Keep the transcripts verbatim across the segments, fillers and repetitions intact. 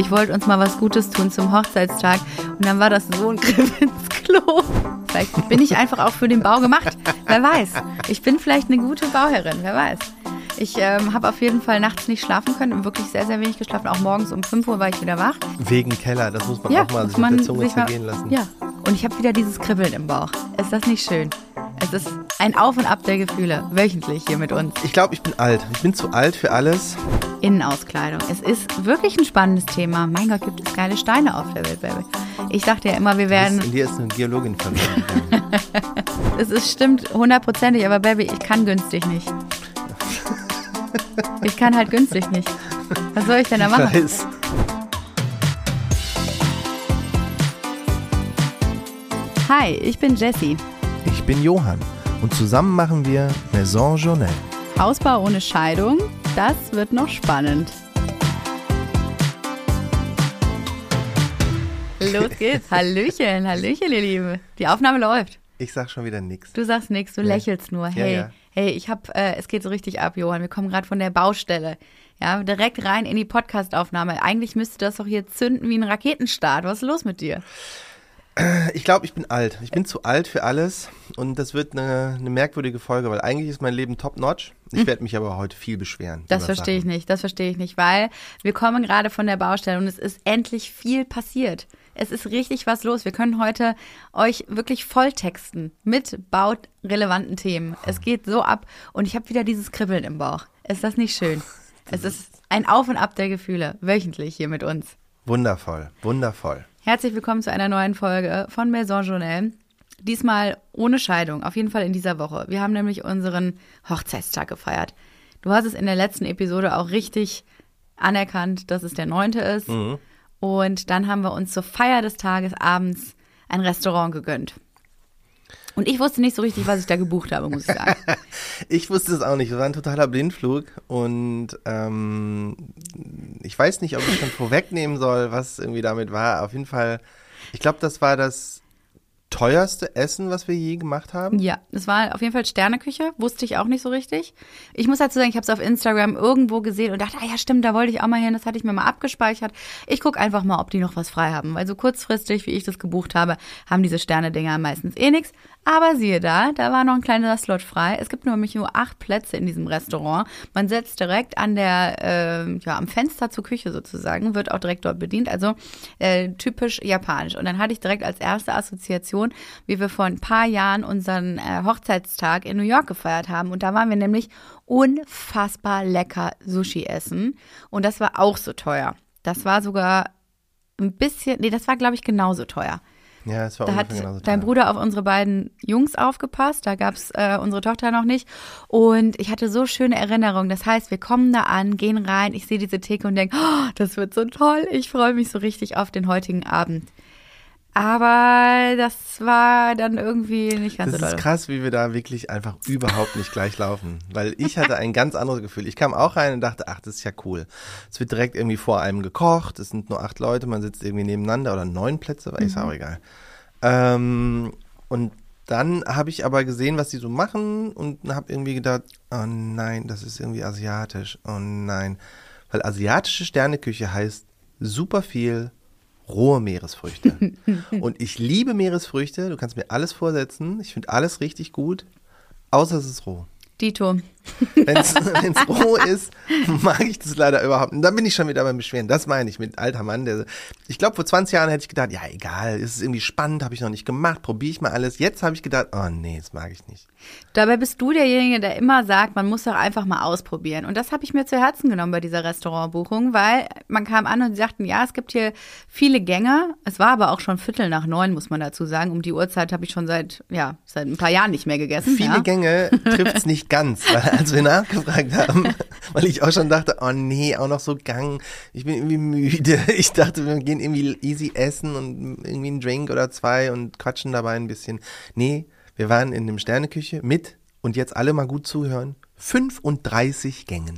Ich wollte uns mal was Gutes tun zum Hochzeitstag und dann war das so ein Griff ins Klo. Vielleicht bin ich einfach auch für den Bau gemacht. Wer weiß. Ich bin vielleicht eine gute Bauherrin, wer weiß. Ich ähm, habe auf jeden Fall nachts nicht schlafen können und wirklich sehr, sehr wenig geschlafen. Auch morgens um fünf Uhr war ich wieder wach. Wegen Keller, das muss man ja, auch mal sich man mit der Zunge sich mal, zergehen lassen. Ja, und ich habe wieder dieses Kribbeln im Bauch. Ist das nicht schön? Es ist ein Auf und Ab der Gefühle, wöchentlich hier mit uns. Ich glaube, ich bin alt. Ich bin zu alt für alles. Innenauskleidung. Es ist wirklich ein spannendes Thema. Mein Gott, gibt es geile Steine auf der Welt, Baby. Ich dachte ja immer, wir werden... In dir ist eine Geologin verloren. Es ist, stimmt hundertprozentig, aber Baby, ich kann günstig nicht. Ich kann halt günstig nicht. Was soll ich denn da machen? Ich weiß. Hi, ich bin Jessie. Ich bin Johann und zusammen machen wir Maison Journal. Hausbau ohne Scheidung, das wird noch spannend. Los geht's. Hallöchen, Hallöchen, ihr Lieben. Die Aufnahme läuft. Ich sag schon wieder nichts. Du sagst nichts, du Nee. lächelst nur. Hey, Ja, ja. hey, ich hab, äh, es geht so richtig ab, Johann. Wir kommen gerade von der Baustelle. Ja, direkt rein in die Podcastaufnahme. Eigentlich müsste das doch hier zünden wie ein Raketenstart. Was ist los mit dir? Ich glaube, ich bin alt. Ich bin zu alt für alles und das wird eine, eine merkwürdige Folge, weil eigentlich ist mein Leben top-notch. Ich werde mich aber heute viel beschweren. Das über verstehe ich Sachen. nicht, das verstehe ich nicht, weil wir kommen gerade von der Baustelle und es ist endlich viel passiert. Es ist richtig was los. Wir können heute euch wirklich volltexten mit bautrelevanten Themen. Es geht so ab und ich habe wieder dieses Kribbeln im Bauch. Ist das nicht schön? Es ist ein Auf und Ab der Gefühle, wöchentlich hier mit uns. Wundervoll, wundervoll. Herzlich willkommen zu einer neuen Folge von Maison Journal. Diesmal ohne Scheidung, auf jeden Fall in dieser Woche. Wir haben nämlich unseren Hochzeitstag gefeiert. Du hast es in der letzten Episode auch richtig anerkannt, dass es der neunte ist. Mhm. Und dann haben wir uns zur Feier des Tages abends ein Restaurant gegönnt. Und ich wusste nicht so richtig, was ich da gebucht habe, muss ich sagen. Ich wusste es auch nicht. Es war ein totaler Blindflug und ähm, ich weiß nicht, ob ich schon vorwegnehmen soll, was irgendwie damit war. Auf jeden Fall, ich glaube, das war das teuerste Essen, was wir je gemacht haben. Ja, es war auf jeden Fall Sterneküche, wusste ich auch nicht so richtig. Ich muss dazu sagen, ich habe es auf Instagram irgendwo gesehen und dachte, ah ja stimmt, da wollte ich auch mal hin, das hatte ich mir mal abgespeichert. Ich gucke einfach mal, ob die noch was frei haben, weil so kurzfristig, wie ich das gebucht habe, haben diese Sterne-Dinger meistens eh nichts. Aber siehe da, da war noch ein kleiner Slot frei. Es gibt nämlich nur acht Plätze in diesem Restaurant. Man setzt direkt an der, äh, ja, am Fenster zur Küche sozusagen, wird auch direkt dort bedient. Also äh, typisch japanisch. Und dann hatte ich direkt als erste Assoziation, wie wir vor ein paar Jahren unseren äh, Hochzeitstag in New York gefeiert haben. Und da waren wir nämlich unfassbar lecker Sushi essen. Und das war auch so teuer. Das war sogar ein bisschen, nee, das war glaube ich genauso teuer. Ja, es war Da hat ungefähr genauso dein teuer. Bruder auf unsere beiden Jungs aufgepasst, da gab's äh, unsere Tochter noch nicht und ich hatte so schöne Erinnerungen. Das heißt, wir kommen da an, gehen rein, ich sehe diese Theke und denke, oh, das wird so toll, ich freue mich so richtig auf den heutigen Abend. Aber das war dann irgendwie nicht ganz Das so ist doll. krass, wie wir da wirklich einfach überhaupt nicht gleich laufen. Weil ich hatte ein ganz anderes Gefühl. Ich kam auch rein und dachte, ach, das ist ja cool. Es wird direkt irgendwie vor einem gekocht. Es sind nur acht Leute, man sitzt irgendwie nebeneinander oder neun Plätze, aber ist auch egal. Ähm, und dann habe ich aber gesehen, was die so machen und habe irgendwie gedacht, oh nein, das ist irgendwie asiatisch. Oh nein. Weil asiatische Sterneküche heißt super viel rohe Meeresfrüchte. Und ich liebe Meeresfrüchte. Du kannst mir alles vorsetzen. Ich finde alles richtig gut, außer es ist roh. Dito. Wenn es roh ist, mag ich das leider überhaupt nicht. Und dann bin ich schon wieder beim Beschweren. Das meine ich mit alter Mann. Der, ich glaube, vor zwanzig Jahren hätte ich gedacht, ja egal, ist es irgendwie spannend, habe ich noch nicht gemacht, probiere ich mal alles. Jetzt habe ich gedacht, oh nee, das mag ich nicht. Dabei bist du derjenige, der immer sagt, man muss doch einfach mal ausprobieren. Und das habe ich mir zu Herzen genommen bei dieser Restaurantbuchung, weil man kam an und sie sagten, ja, es gibt hier viele Gänge. Es war aber auch schon Viertel nach neun, muss man dazu sagen. Um die Uhrzeit habe ich schon seit, ja, seit ein paar Jahren nicht mehr gegessen. Viele ja. Gänge trifft es nicht ganz, weil als wir nachgefragt haben, weil ich auch schon dachte, oh nee, auch noch so Gang, ich bin irgendwie müde. Ich dachte, wir gehen irgendwie easy essen und irgendwie einen Drink oder zwei und quatschen dabei ein bisschen. Nee, wir waren in dem Sterneküche mit, und jetzt alle mal gut zuhören, fünfunddreißig Gängen.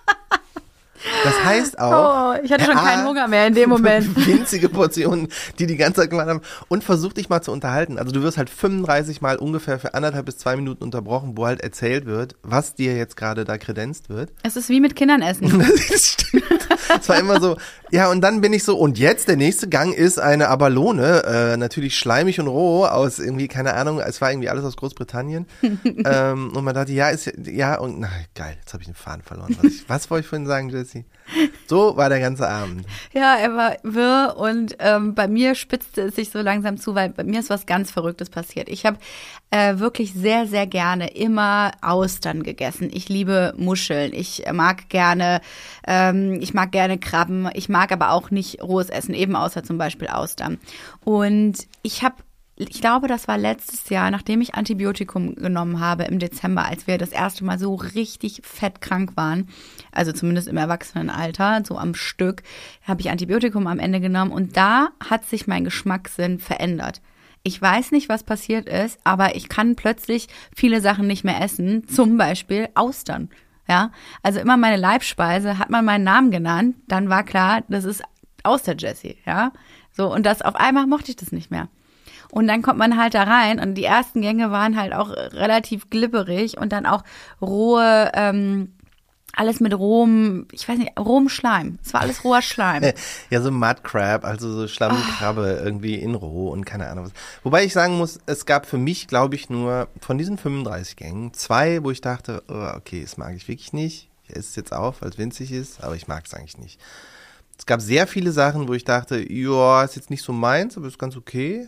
Das heißt auch, Oh, ich hatte schon A, keinen Hunger mehr in dem Moment. winzige Portionen, die die ganze Zeit gemacht haben. Und versuch dich mal zu unterhalten. Also du wirst halt fünfunddreißig Mal ungefähr für anderthalb bis zwei Minuten unterbrochen, wo halt erzählt wird, was dir jetzt gerade da kredenzt wird. Es ist wie mit Kindern essen. Das stimmt. Es war immer so, Ja, und dann bin ich so, und jetzt der nächste Gang ist eine Abalone, äh, natürlich schleimig und roh aus irgendwie, keine Ahnung, es war irgendwie alles aus Großbritannien. ähm, und man dachte, ja, ist ja, ja und na geil, jetzt habe ich den Faden verloren. Was, ich, was wollte ich vorhin sagen, Jessie? So war der ganze Abend. Ja, er war wirr und ähm, bei mir spitzte es sich so langsam zu, weil bei mir ist was ganz Verrücktes passiert. Ich habe äh, wirklich sehr, sehr gerne immer Austern gegessen. Ich liebe Muscheln. Ich mag gerne, ähm, ich mag gerne Krabben. Ich mag aber auch nicht rohes Essen, eben außer zum Beispiel Austern. Und ich habe Ich glaube, das war letztes Jahr, nachdem ich Antibiotikum genommen habe im Dezember, als wir das erste Mal so richtig fett krank waren, also zumindest im Erwachsenenalter, so am Stück, habe ich Antibiotikum am Ende genommen und da hat sich mein Geschmackssinn verändert. Ich weiß nicht, was passiert ist, aber ich kann plötzlich viele Sachen nicht mehr essen, zum Beispiel Austern. Ja, also immer meine Leibspeise, hat man meinen Namen genannt, dann war klar, das ist Auster-Jessie, ja. So, und das auf einmal mochte ich das nicht mehr. Und dann kommt man halt da rein und die ersten Gänge waren halt auch relativ glibberig und dann auch rohe, ähm, alles mit rohem, ich weiß nicht, rohem Schleim. Es war alles roher Schleim. Ja, so Mudcrab, also so Schlammkrabbe oh. irgendwie in roh und keine Ahnung was. Wobei ich sagen muss, es gab für mich, glaube ich, nur von diesen fünfunddreißig Gängen zwei, wo ich dachte, oh, okay, das mag ich wirklich nicht. Ich esse es jetzt auf, weil es winzig ist, aber ich mag es eigentlich nicht. Es gab sehr viele Sachen, wo ich dachte, ja, ist jetzt nicht so meins, aber ist ganz okay.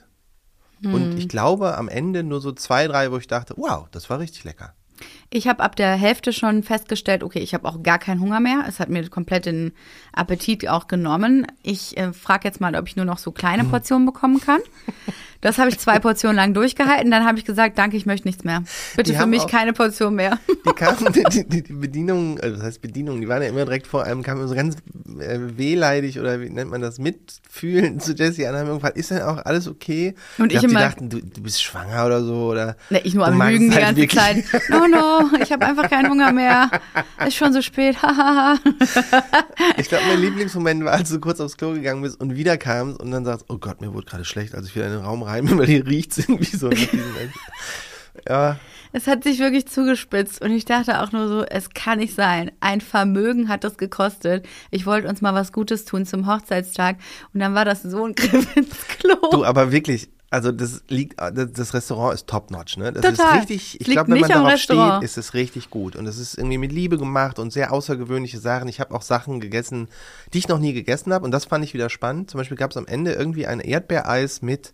Und ich glaube, am Ende nur so zwei, drei, wo ich dachte, wow, das war richtig lecker. Ich habe ab der Hälfte schon festgestellt, okay, ich habe auch gar keinen Hunger mehr. Es hat mir komplett den Appetit auch genommen. Ich äh, frage jetzt mal, ob ich nur noch so kleine Portionen bekommen kann. Das habe ich zwei Portionen lang durchgehalten. Dann habe ich gesagt, danke, ich möchte nichts mehr. Bitte die für mich auch, keine Portion mehr. Die kamen, die, die, die Bedienung, also das heißt Bedienung, die waren ja immer direkt vor einem, kamen immer so ganz äh, wehleidig oder wie nennt man das, mitfühlen zu Jessie an. Haben gefragt, ist denn auch alles okay? Und ich, ich immer, die dachten, du, du bist schwanger oder so. Oder ne, ich nur am Lügen die halt ganze Zeit. No, no, ich habe einfach keinen Hunger mehr. Ist schon so spät. Ich glaube, mein Lieblingsmoment war, als du kurz aufs Klo gegangen bist und wieder kamst und dann sagst, oh Gott, mir wurde gerade schlecht, als ich wieder in den Raum rein bin, weil hier riecht es irgendwie so. Ja. Es hat sich wirklich zugespitzt und ich dachte auch nur so, es kann nicht sein. Ein Vermögen hat das gekostet. Ich wollte uns mal was Gutes tun zum Hochzeitstag und dann war das so ein Griff ins Klo. Du, aber wirklich, also das liegt, das Restaurant ist top-notch, ne? Das Total. ist richtig, ich glaube, wenn man darauf steht, ist es richtig gut und es ist irgendwie mit Liebe gemacht und sehr außergewöhnliche Sachen. Ich habe auch Sachen gegessen, die ich noch nie gegessen habe und das fand ich wieder spannend. Zum Beispiel gab es am Ende irgendwie ein Erdbeereis mit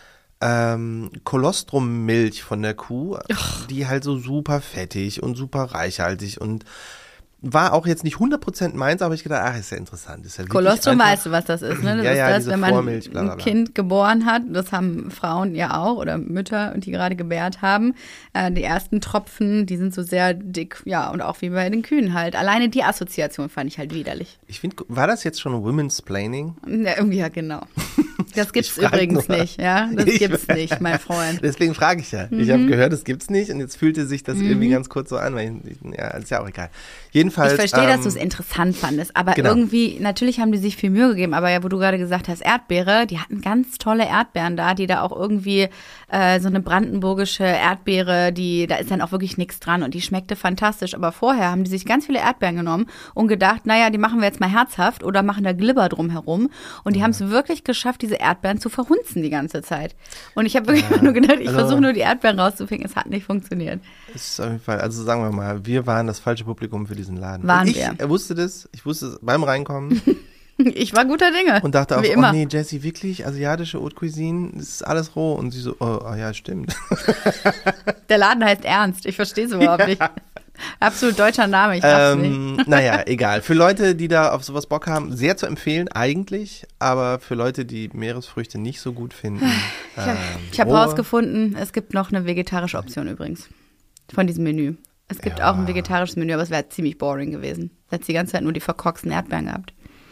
ähm, Kolostrummilch von der Kuh, Ach. die halt so super fettig und super reichhaltig und war auch jetzt nicht hundert Prozent meins, aber ich gedacht, ach, ist ja interessant. Ist ja Kolostrum weißt du, was das ist, ne? Das ja, ist ja, das, wenn man Vormilch, bla, bla, bla. ein Kind geboren hat, das haben Frauen ja auch oder Mütter, die gerade gebärt haben. Äh, die ersten Tropfen, die sind so sehr dick, ja, und auch wie bei den Kühen halt. Alleine die Assoziation fand ich halt widerlich. Ich finde, war das jetzt schon Women's Planning? Ja, ja, genau. Das gibt's übrigens nur. nicht, ja. Das ich gibt's nicht, mein Freund. Deswegen frage ich ja. Mhm. Ich habe gehört, das gibt's nicht und jetzt fühlte sich das mhm. irgendwie ganz kurz so an, weil ich, ja, ist ja auch egal. Jedenfalls. Ich verstehe, ähm, dass du es interessant fandest, aber genau. irgendwie, natürlich haben die sich viel Mühe gegeben, aber ja, wo du gerade gesagt hast, Erdbeere, die hatten ganz tolle Erdbeeren da, die da auch irgendwie äh, so eine brandenburgische Erdbeere, die, da ist dann auch wirklich nichts dran und die schmeckte fantastisch, aber vorher haben die sich ganz viele Erdbeeren genommen und gedacht, naja, die machen wir jetzt mal herzhaft oder machen da Glibber drum herum und die ja. haben es wirklich geschafft, diese Erdbeeren zu verhunzen die ganze Zeit. Und ich habe wirklich ja. nur gedacht, ich also, versuche nur die Erdbeeren rauszufinden, es hat nicht funktioniert. Ist auf jeden Fall, also sagen wir mal, wir waren das falsche Publikum für diesen Laden. Waren ich wir. Er wusste das, ich wusste es beim Reinkommen. Ich war guter Dinge. Und dachte auch, wie oh immer. nee, Jessie, wirklich, asiatische Haute Cuisine, das ist alles roh. Und sie so, oh, oh ja, stimmt. Der Laden heißt Ernst, ich verstehe es überhaupt ja. nicht. Absolut deutscher Name, ich darf's ähm, nicht. Naja, egal. Für Leute, die da auf sowas Bock haben, sehr zu empfehlen eigentlich, aber für Leute, die Meeresfrüchte nicht so gut finden. Ich habe ähm, hab rausgefunden, es gibt noch eine vegetarische Option übrigens von diesem Menü. Es gibt ja. auch ein vegetarisches Menü, aber es wäre ziemlich boring gewesen. Du hättest die ganze Zeit nur die verkorksten Erdbeeren gehabt.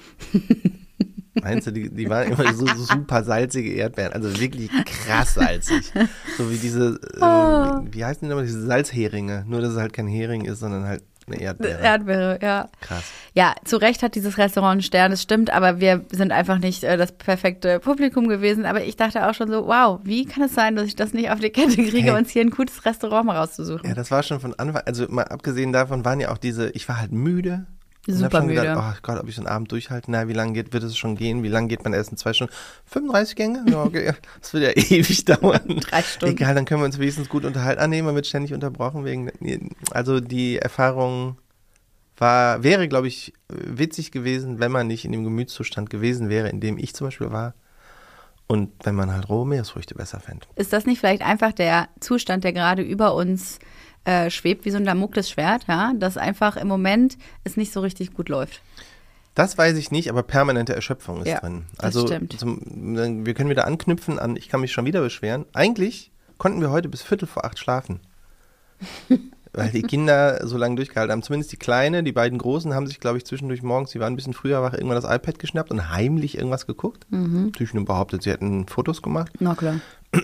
Meinst du, die, die waren immer so, so super salzige Erdbeeren, also wirklich krass salzig. So wie diese, äh, oh. wie, wie heißen die nochmal, diese Salzheringe, nur dass es halt kein Hering ist, sondern halt eine Erdbeere. Erdbeere, ja. Krass. Ja, zu Recht hat dieses Restaurant einen Stern, das stimmt, aber wir sind einfach nicht äh, das perfekte Publikum gewesen. Aber ich dachte auch schon so, wow, wie kann es sein, dass ich das nicht auf die Kette kriege, hey. uns hier ein gutes Restaurant mal rauszusuchen? Ja, das war schon von Anfang, also mal abgesehen davon waren ja auch diese, ich war halt müde. Und Super hab schon müde. gedacht, oh Gott, ob ich so einen Abend durchhalte. Na, wie lange geht, wird es schon gehen? Wie lange geht mein Essen? Zwei Stunden? fünfunddreißig Gänge? Ja, okay. Das wird ja ewig dauern. Drei Stunden. Egal, dann können wir uns wenigstens gut unterhalten. Ah, nee, man wird ständig unterbrochen wegen, also die Erfahrung war, wäre, glaube ich, witzig gewesen, wenn man nicht in dem Gemütszustand gewesen wäre, in dem ich zum Beispiel war. Und wenn man halt rohe Meeresfrüchte besser fände. Ist das nicht vielleicht einfach der Zustand, der gerade über uns äh, schwebt, wie so ein Damoklesschwert, ja? Dass einfach im Moment es nicht so richtig gut läuft? Das weiß ich nicht, aber permanente Erschöpfung ist ja, drin. Das Also stimmt. Zum, wir können wieder anknüpfen an, ich kann mich schon wieder beschweren. Eigentlich konnten wir heute bis Viertel vor acht schlafen. Weil die Kinder so lange durchgehalten haben. Zumindest die Kleine, die beiden Großen haben sich, glaube ich, zwischendurch morgens, sie waren ein bisschen früher wach, irgendwann das iPad geschnappt und heimlich irgendwas geguckt. Mhm. Natürlich nur behauptet, sie hätten Fotos gemacht. Na klar.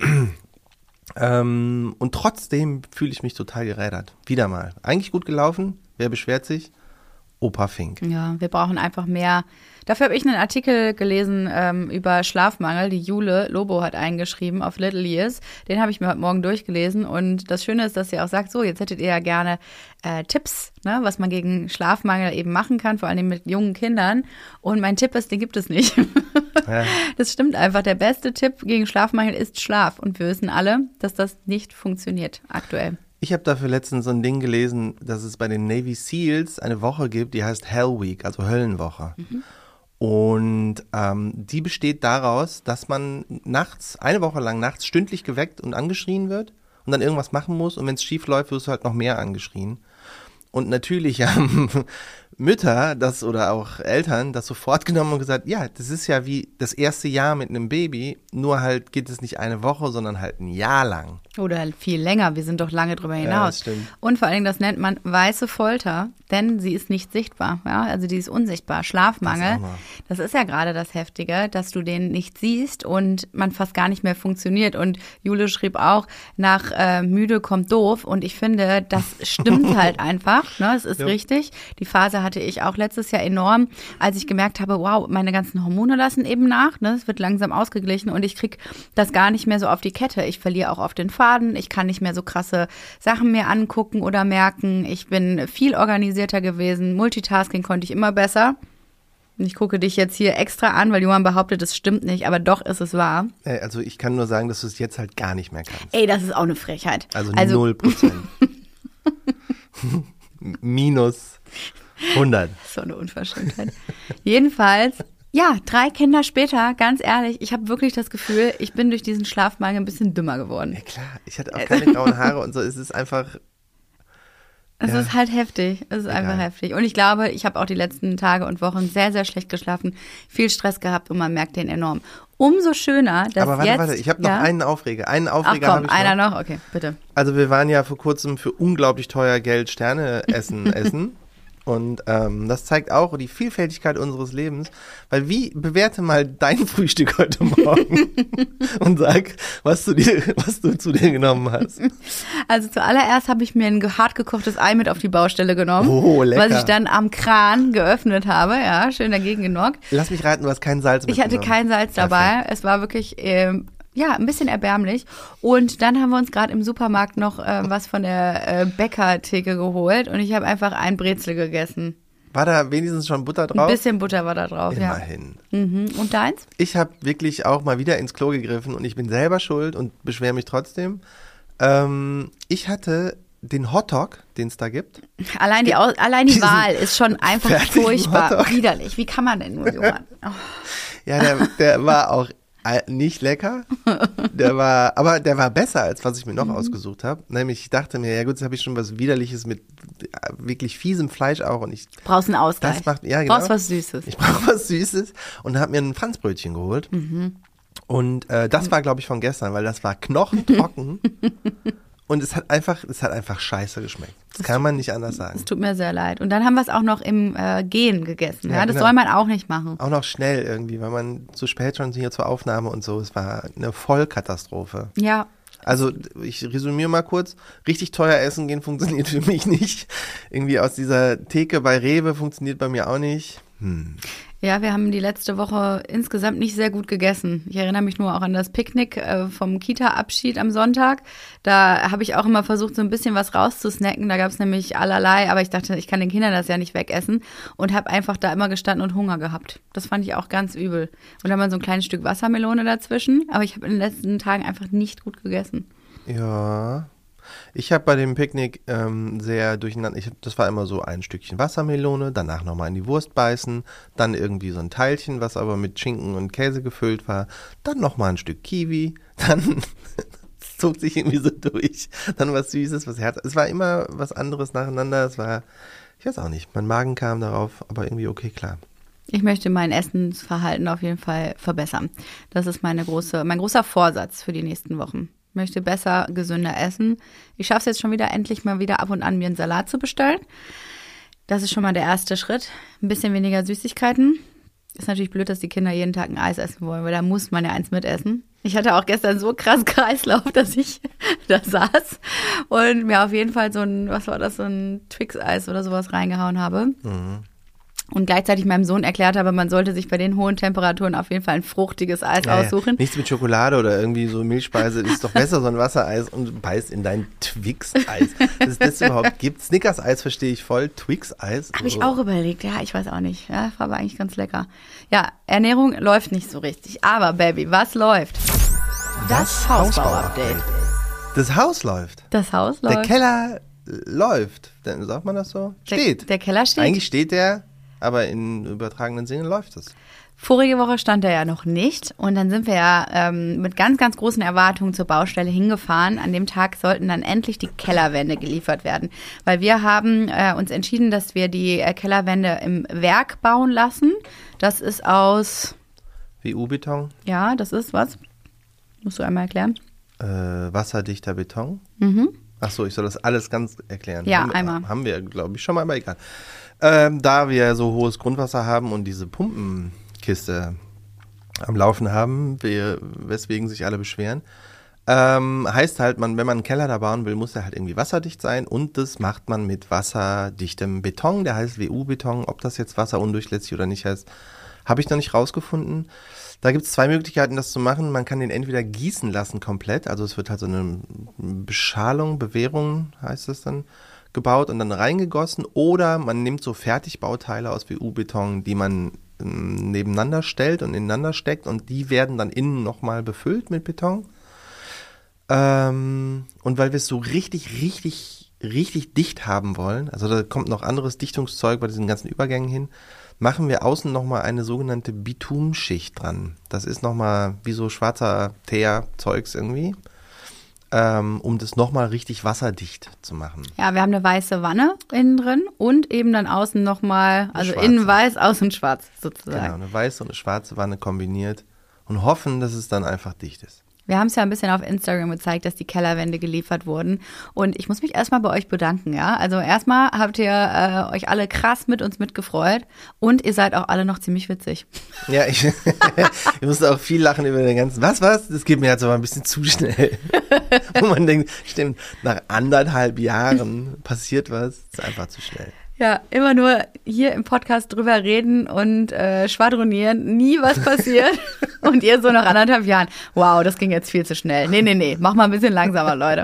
ähm, und trotzdem fühle ich mich total gerädert. Wieder mal. Eigentlich gut gelaufen. Wer beschwert sich? Opa Fink. Ja, wir brauchen einfach mehr. Dafür habe ich einen Artikel gelesen ähm, über Schlafmangel, die Jule Lobo hat eingeschrieben auf Little Years. Den habe ich mir heute Morgen durchgelesen und das Schöne ist, dass sie auch sagt, so, jetzt hättet ihr ja gerne äh, Tipps, ne, was man gegen Schlafmangel eben machen kann, vor allem mit jungen Kindern. Und mein Tipp ist, den gibt es nicht. Ja. Das stimmt einfach. Der beste Tipp gegen Schlafmangel ist Schlaf und wir wissen alle, dass das nicht funktioniert aktuell. Ich habe dafür letztens so ein Ding gelesen, dass es bei den Navy Seals eine Woche gibt, die heißt Hell Week, also Höllenwoche. Mhm. Und ähm, die besteht daraus, dass man nachts, eine Woche lang nachts stündlich geweckt und angeschrien wird und dann irgendwas machen muss und wenn es schief läuft, wirst du halt noch mehr angeschrien. Und natürlich haben Mütter das oder auch Eltern das sofort genommen und gesagt, ja, das ist ja wie das erste Jahr mit einem Baby, nur halt geht es nicht eine Woche, sondern halt ein Jahr lang. Oder viel länger, wir sind doch lange drüber hinaus. Ja, das stimmt. Und vor allen Dingen, das nennt man weiße Folter, denn sie ist nicht sichtbar, ja, also die ist unsichtbar. Schlafmangel, das, das ist ja gerade das Heftige, dass du den nicht siehst und man fast gar nicht mehr funktioniert. Und Jule schrieb auch, nach äh, müde kommt doof und ich finde, das stimmt halt einfach, ne, es ist ja. richtig. Die Phase hatte ich auch letztes Jahr enorm, als ich gemerkt habe, wow, meine ganzen Hormone lassen eben nach, ne, es wird langsam ausgeglichen und ich krieg das gar nicht mehr so auf die Kette. Ich verliere auch auf den Faden, ich kann nicht mehr so krasse Sachen mehr angucken oder merken. Ich bin viel organisierter gewesen, Multitasking konnte ich immer besser. Ich gucke dich jetzt hier extra an, weil Johann behauptet, das stimmt nicht, aber doch ist es wahr. Also ich kann nur sagen, dass du es jetzt halt gar nicht mehr kannst. Ey, das ist auch eine Frechheit. Also, also null Prozent. Minus hundert. So eine Unverschämtheit. Jedenfalls, ja, drei Kinder später, ganz ehrlich, ich habe wirklich das Gefühl, ich bin durch diesen Schlafmangel ein bisschen dümmer geworden. Ja klar, ich hatte auch keine grauen Haare und so, es ist einfach... Es ja. ist halt heftig, es ist Egal. einfach heftig. Und ich glaube, ich habe auch die letzten Tage und Wochen sehr, sehr schlecht geschlafen, viel Stress gehabt und man merkt den enorm. Umso schöner, dass Aber warte, jetzt... warte, ich habe noch ja? einen Aufreger, einen Aufreger habe ich noch. einer noch? Okay, bitte. Also wir waren ja vor kurzem für unglaublich teuer Geld Sterne essen, essen. Und ähm, das zeigt auch die Vielfältigkeit unseres Lebens, weil wie, bewerte mal dein Frühstück heute Morgen und sag, was du dir, was du zu dir genommen hast. Also zuallererst habe ich mir ein hart gekochtes Ei mit auf die Baustelle genommen, oh, lecker. was ich dann am Kran geöffnet habe, ja, schön dagegen genockt. Lass mich raten, du hast kein Salz mitgenommen. Ich hatte kein Salz dabei, Perfekt. Es war wirklich... Ähm, Ja, ein bisschen erbärmlich. Und dann haben wir uns gerade im Supermarkt noch äh, was von der äh, Bäckertheke geholt und ich habe einfach ein Brezel gegessen. War da wenigstens schon Butter drauf? Ein bisschen Butter war da drauf, Immerhin. ja. Mhm. Und deins? Ich habe wirklich auch mal wieder ins Klo gegriffen und ich bin selber schuld und beschwere mich trotzdem. Ähm, ich hatte den Hotdog, den es da gibt. Allein die, allein die Wahl ist schon einfach furchtbar. Hotdog. Widerlich. Wie kann man denn nur, Johann? Oh. Ja, der, der war auch nicht lecker, der war, aber der war besser, als was ich mir noch mhm. ausgesucht habe. Nämlich, ich dachte mir, ja gut, jetzt habe ich schon was Widerliches mit wirklich fiesem Fleisch auch und ich... Brauchst einen Ausgleich. Das macht, ja, genau. Brauchst was Süßes. Ich brauche was Süßes und habe mir ein Franzbrötchen geholt. Mhm. Und äh, das war, glaube ich, von gestern, weil das war knochentrocken. Und es hat einfach, es hat einfach scheiße geschmeckt. Das, das kann man nicht anders sagen. Es tut mir sehr leid. Und dann haben wir es auch noch im äh, Gehen gegessen. Ja, ja, das genau. soll man auch nicht machen. Auch noch schnell irgendwie, weil man zu spät schon hier zur Aufnahme und so. Es war eine Vollkatastrophe. Ja. Also ich resümiere mal kurz. Richtig teuer essen gehen funktioniert für mich nicht. Irgendwie aus dieser Theke bei Rewe funktioniert bei mir auch nicht. Hm. Ja, wir haben die letzte Woche insgesamt nicht sehr gut gegessen. Ich erinnere mich nur auch an das Picknick äh, vom Kita-Abschied am Sonntag. Da habe ich auch immer versucht, so ein bisschen was rauszusnacken. Da gab es nämlich allerlei, aber ich dachte, ich kann den Kindern das ja nicht wegessen und habe einfach da immer gestanden und Hunger gehabt. Das fand ich auch ganz übel. Und dann mal so ein kleines Stück Wassermelone dazwischen, aber ich habe in den letzten Tagen einfach nicht gut gegessen. Ja, ich habe bei dem Picknick ähm, sehr durcheinander, ich, das war immer so ein Stückchen Wassermelone, danach nochmal in die Wurst beißen, dann irgendwie so ein Teilchen, was aber mit Schinken und Käse gefüllt war, dann nochmal ein Stück Kiwi, dann es zog sich irgendwie so durch, dann was Süßes, was Herz, es war immer was anderes nacheinander, es war, ich weiß auch nicht, mein Magen kam darauf, aber irgendwie okay, klar. Ich möchte mein Essensverhalten auf jeden Fall verbessern. Das ist meine große, mein großer Vorsatz für die nächsten Wochen. Möchte besser, gesünder essen. Ich schaffe es jetzt schon wieder, endlich mal wieder ab und an mir einen Salat zu bestellen. Das ist schon mal der erste Schritt. Ein bisschen weniger Süßigkeiten. Ist natürlich blöd, dass die Kinder jeden Tag ein Eis essen wollen, weil da muss man ja eins mitessen. Ich hatte auch gestern so krass Kreislauf, dass ich da saß und mir auf jeden Fall so ein, was war das, so ein Twix-Eis oder sowas reingehauen habe. Mhm. Und gleichzeitig meinem Sohn erklärt habe, man sollte sich bei den hohen Temperaturen auf jeden Fall ein fruchtiges Eis ja, aussuchen. Ja. Nichts mit Schokolade oder irgendwie so Milchspeise. Das ist doch besser, so ein Wassereis und beißt in dein Twix-Eis. Dass es das überhaupt gibt. Snickers-Eis verstehe ich voll. Twix-Eis. Habe ich auch überlegt. Ja, ich weiß auch nicht. Ja, war aber eigentlich ganz lecker. Ja, Ernährung läuft nicht so richtig. Aber, Baby, was läuft? Das, das Hausbau-Update. Das Haus läuft. Das Haus läuft. Der Keller läuft. Sagt man das so? Steht. Der, der Keller steht. Eigentlich steht der. Aber in übertragenen Sinne läuft es. Vorige Woche stand er ja noch nicht und dann sind wir ja ähm, mit ganz, ganz großen Erwartungen zur Baustelle hingefahren. An dem Tag sollten dann endlich die Kellerwände geliefert werden, weil wir haben äh, uns entschieden, dass wir die äh, Kellerwände im Werk bauen lassen. Das ist aus... W U-Beton? Ja, das ist was? Musst du einmal erklären. Äh, wasserdichter Beton? Mhm. Ach so, ich soll das alles ganz erklären. Ja, haben, einmal. Haben wir, glaube ich, schon mal, aber egal. Ähm, da wir so hohes Grundwasser haben und diese Pumpenkiste am Laufen haben, wir, weswegen sich alle beschweren, ähm, heißt halt, man, wenn man einen Keller da bauen will, muss der halt irgendwie wasserdicht sein und das macht man mit wasserdichtem Beton, der heißt W U-Beton. Ob das jetzt wasserundurchlässig oder nicht heißt, habe ich noch nicht rausgefunden. Da gibt es zwei Möglichkeiten, das zu machen. Man kann den entweder gießen lassen komplett, also es wird halt so eine Beschalung, Bewehrung heißt es dann, gebaut und dann reingegossen, oder man nimmt so Fertigbauteile aus W U-Beton, die man ähm, nebeneinander stellt und ineinander steckt und die werden dann innen nochmal befüllt mit Beton. Ähm, und weil wir es so richtig, richtig, richtig dicht haben wollen, also da kommt noch anderes Dichtungszeug bei diesen ganzen Übergängen hin, machen wir außen nochmal eine sogenannte Bitumschicht dran. Das ist nochmal wie so schwarzer Teer-Zeugs irgendwie. Ähm, um das nochmal richtig wasserdicht zu machen. Ja, wir haben eine weiße Wanne innen drin und eben dann außen nochmal, also schwarze. Innen weiß, außen schwarz sozusagen. Genau, eine weiße und eine schwarze Wanne kombiniert und hoffen, dass es dann einfach dicht ist. Wir haben es ja ein bisschen auf Instagram gezeigt, dass die Kellerwände geliefert wurden. Und ich muss mich erstmal bei euch bedanken, ja. Also erstmal habt ihr äh, euch alle krass mit uns mitgefreut und ihr seid auch alle noch ziemlich witzig. Ja, ich, ich musste auch viel lachen über den ganzen, was, was? Das geht mir jetzt aber ein bisschen zu schnell. Wo man denkt, stimmt, nach anderthalb Jahren passiert was, ist einfach zu schnell. Ja, immer nur hier im Podcast drüber reden und äh, schwadronieren, nie was passiert. Und ihr so nach anderthalb Jahren, wow, das ging jetzt viel zu schnell. Nee, nee, nee, mach mal ein bisschen langsamer, Leute.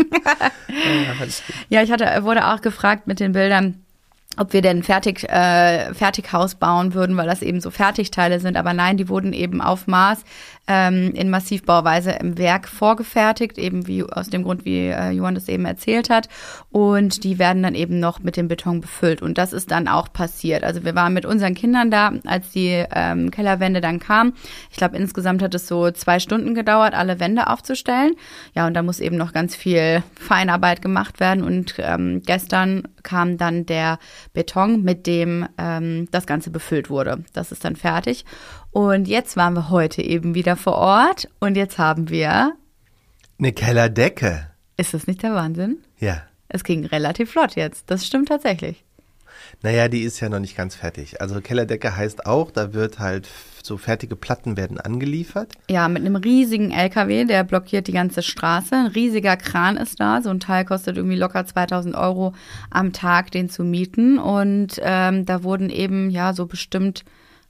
Ja, ich hatte, wurde auch gefragt mit den Bildern, ob wir denn fertig, äh, Fertighaus bauen würden, weil das eben so Fertigteile sind. Aber nein, die wurden eben auf Maß ähm, in Massivbauweise im Werk vorgefertigt, eben wie aus dem Grund, wie äh, Johann das eben erzählt hat. Und die werden dann eben noch mit dem Beton befüllt. Und das ist dann auch passiert. Also wir waren mit unseren Kindern da, als die ähm, Kellerwände dann kamen. Ich glaube, insgesamt hat es so zwei Stunden gedauert, alle Wände aufzustellen. Ja, und da muss eben noch ganz viel Feinarbeit gemacht werden. Und ähm, gestern kam dann der Beton, mit dem ähm, das Ganze befüllt wurde. Das ist dann fertig. Und jetzt waren wir heute eben wieder vor Ort und jetzt haben wir eine Kellerdecke. Ist das nicht der Wahnsinn? Ja. Es ging relativ flott jetzt. Das stimmt tatsächlich. Naja, die ist ja noch nicht ganz fertig. Also Kellerdecke heißt auch, da wird halt so fertige Platten werden angeliefert. Ja, mit einem riesigen L K W, der blockiert die ganze Straße. Ein riesiger Kran ist da. So ein Teil kostet irgendwie locker zweitausend Euro am Tag, den zu mieten. Und ähm, da wurden eben ja so bestimmt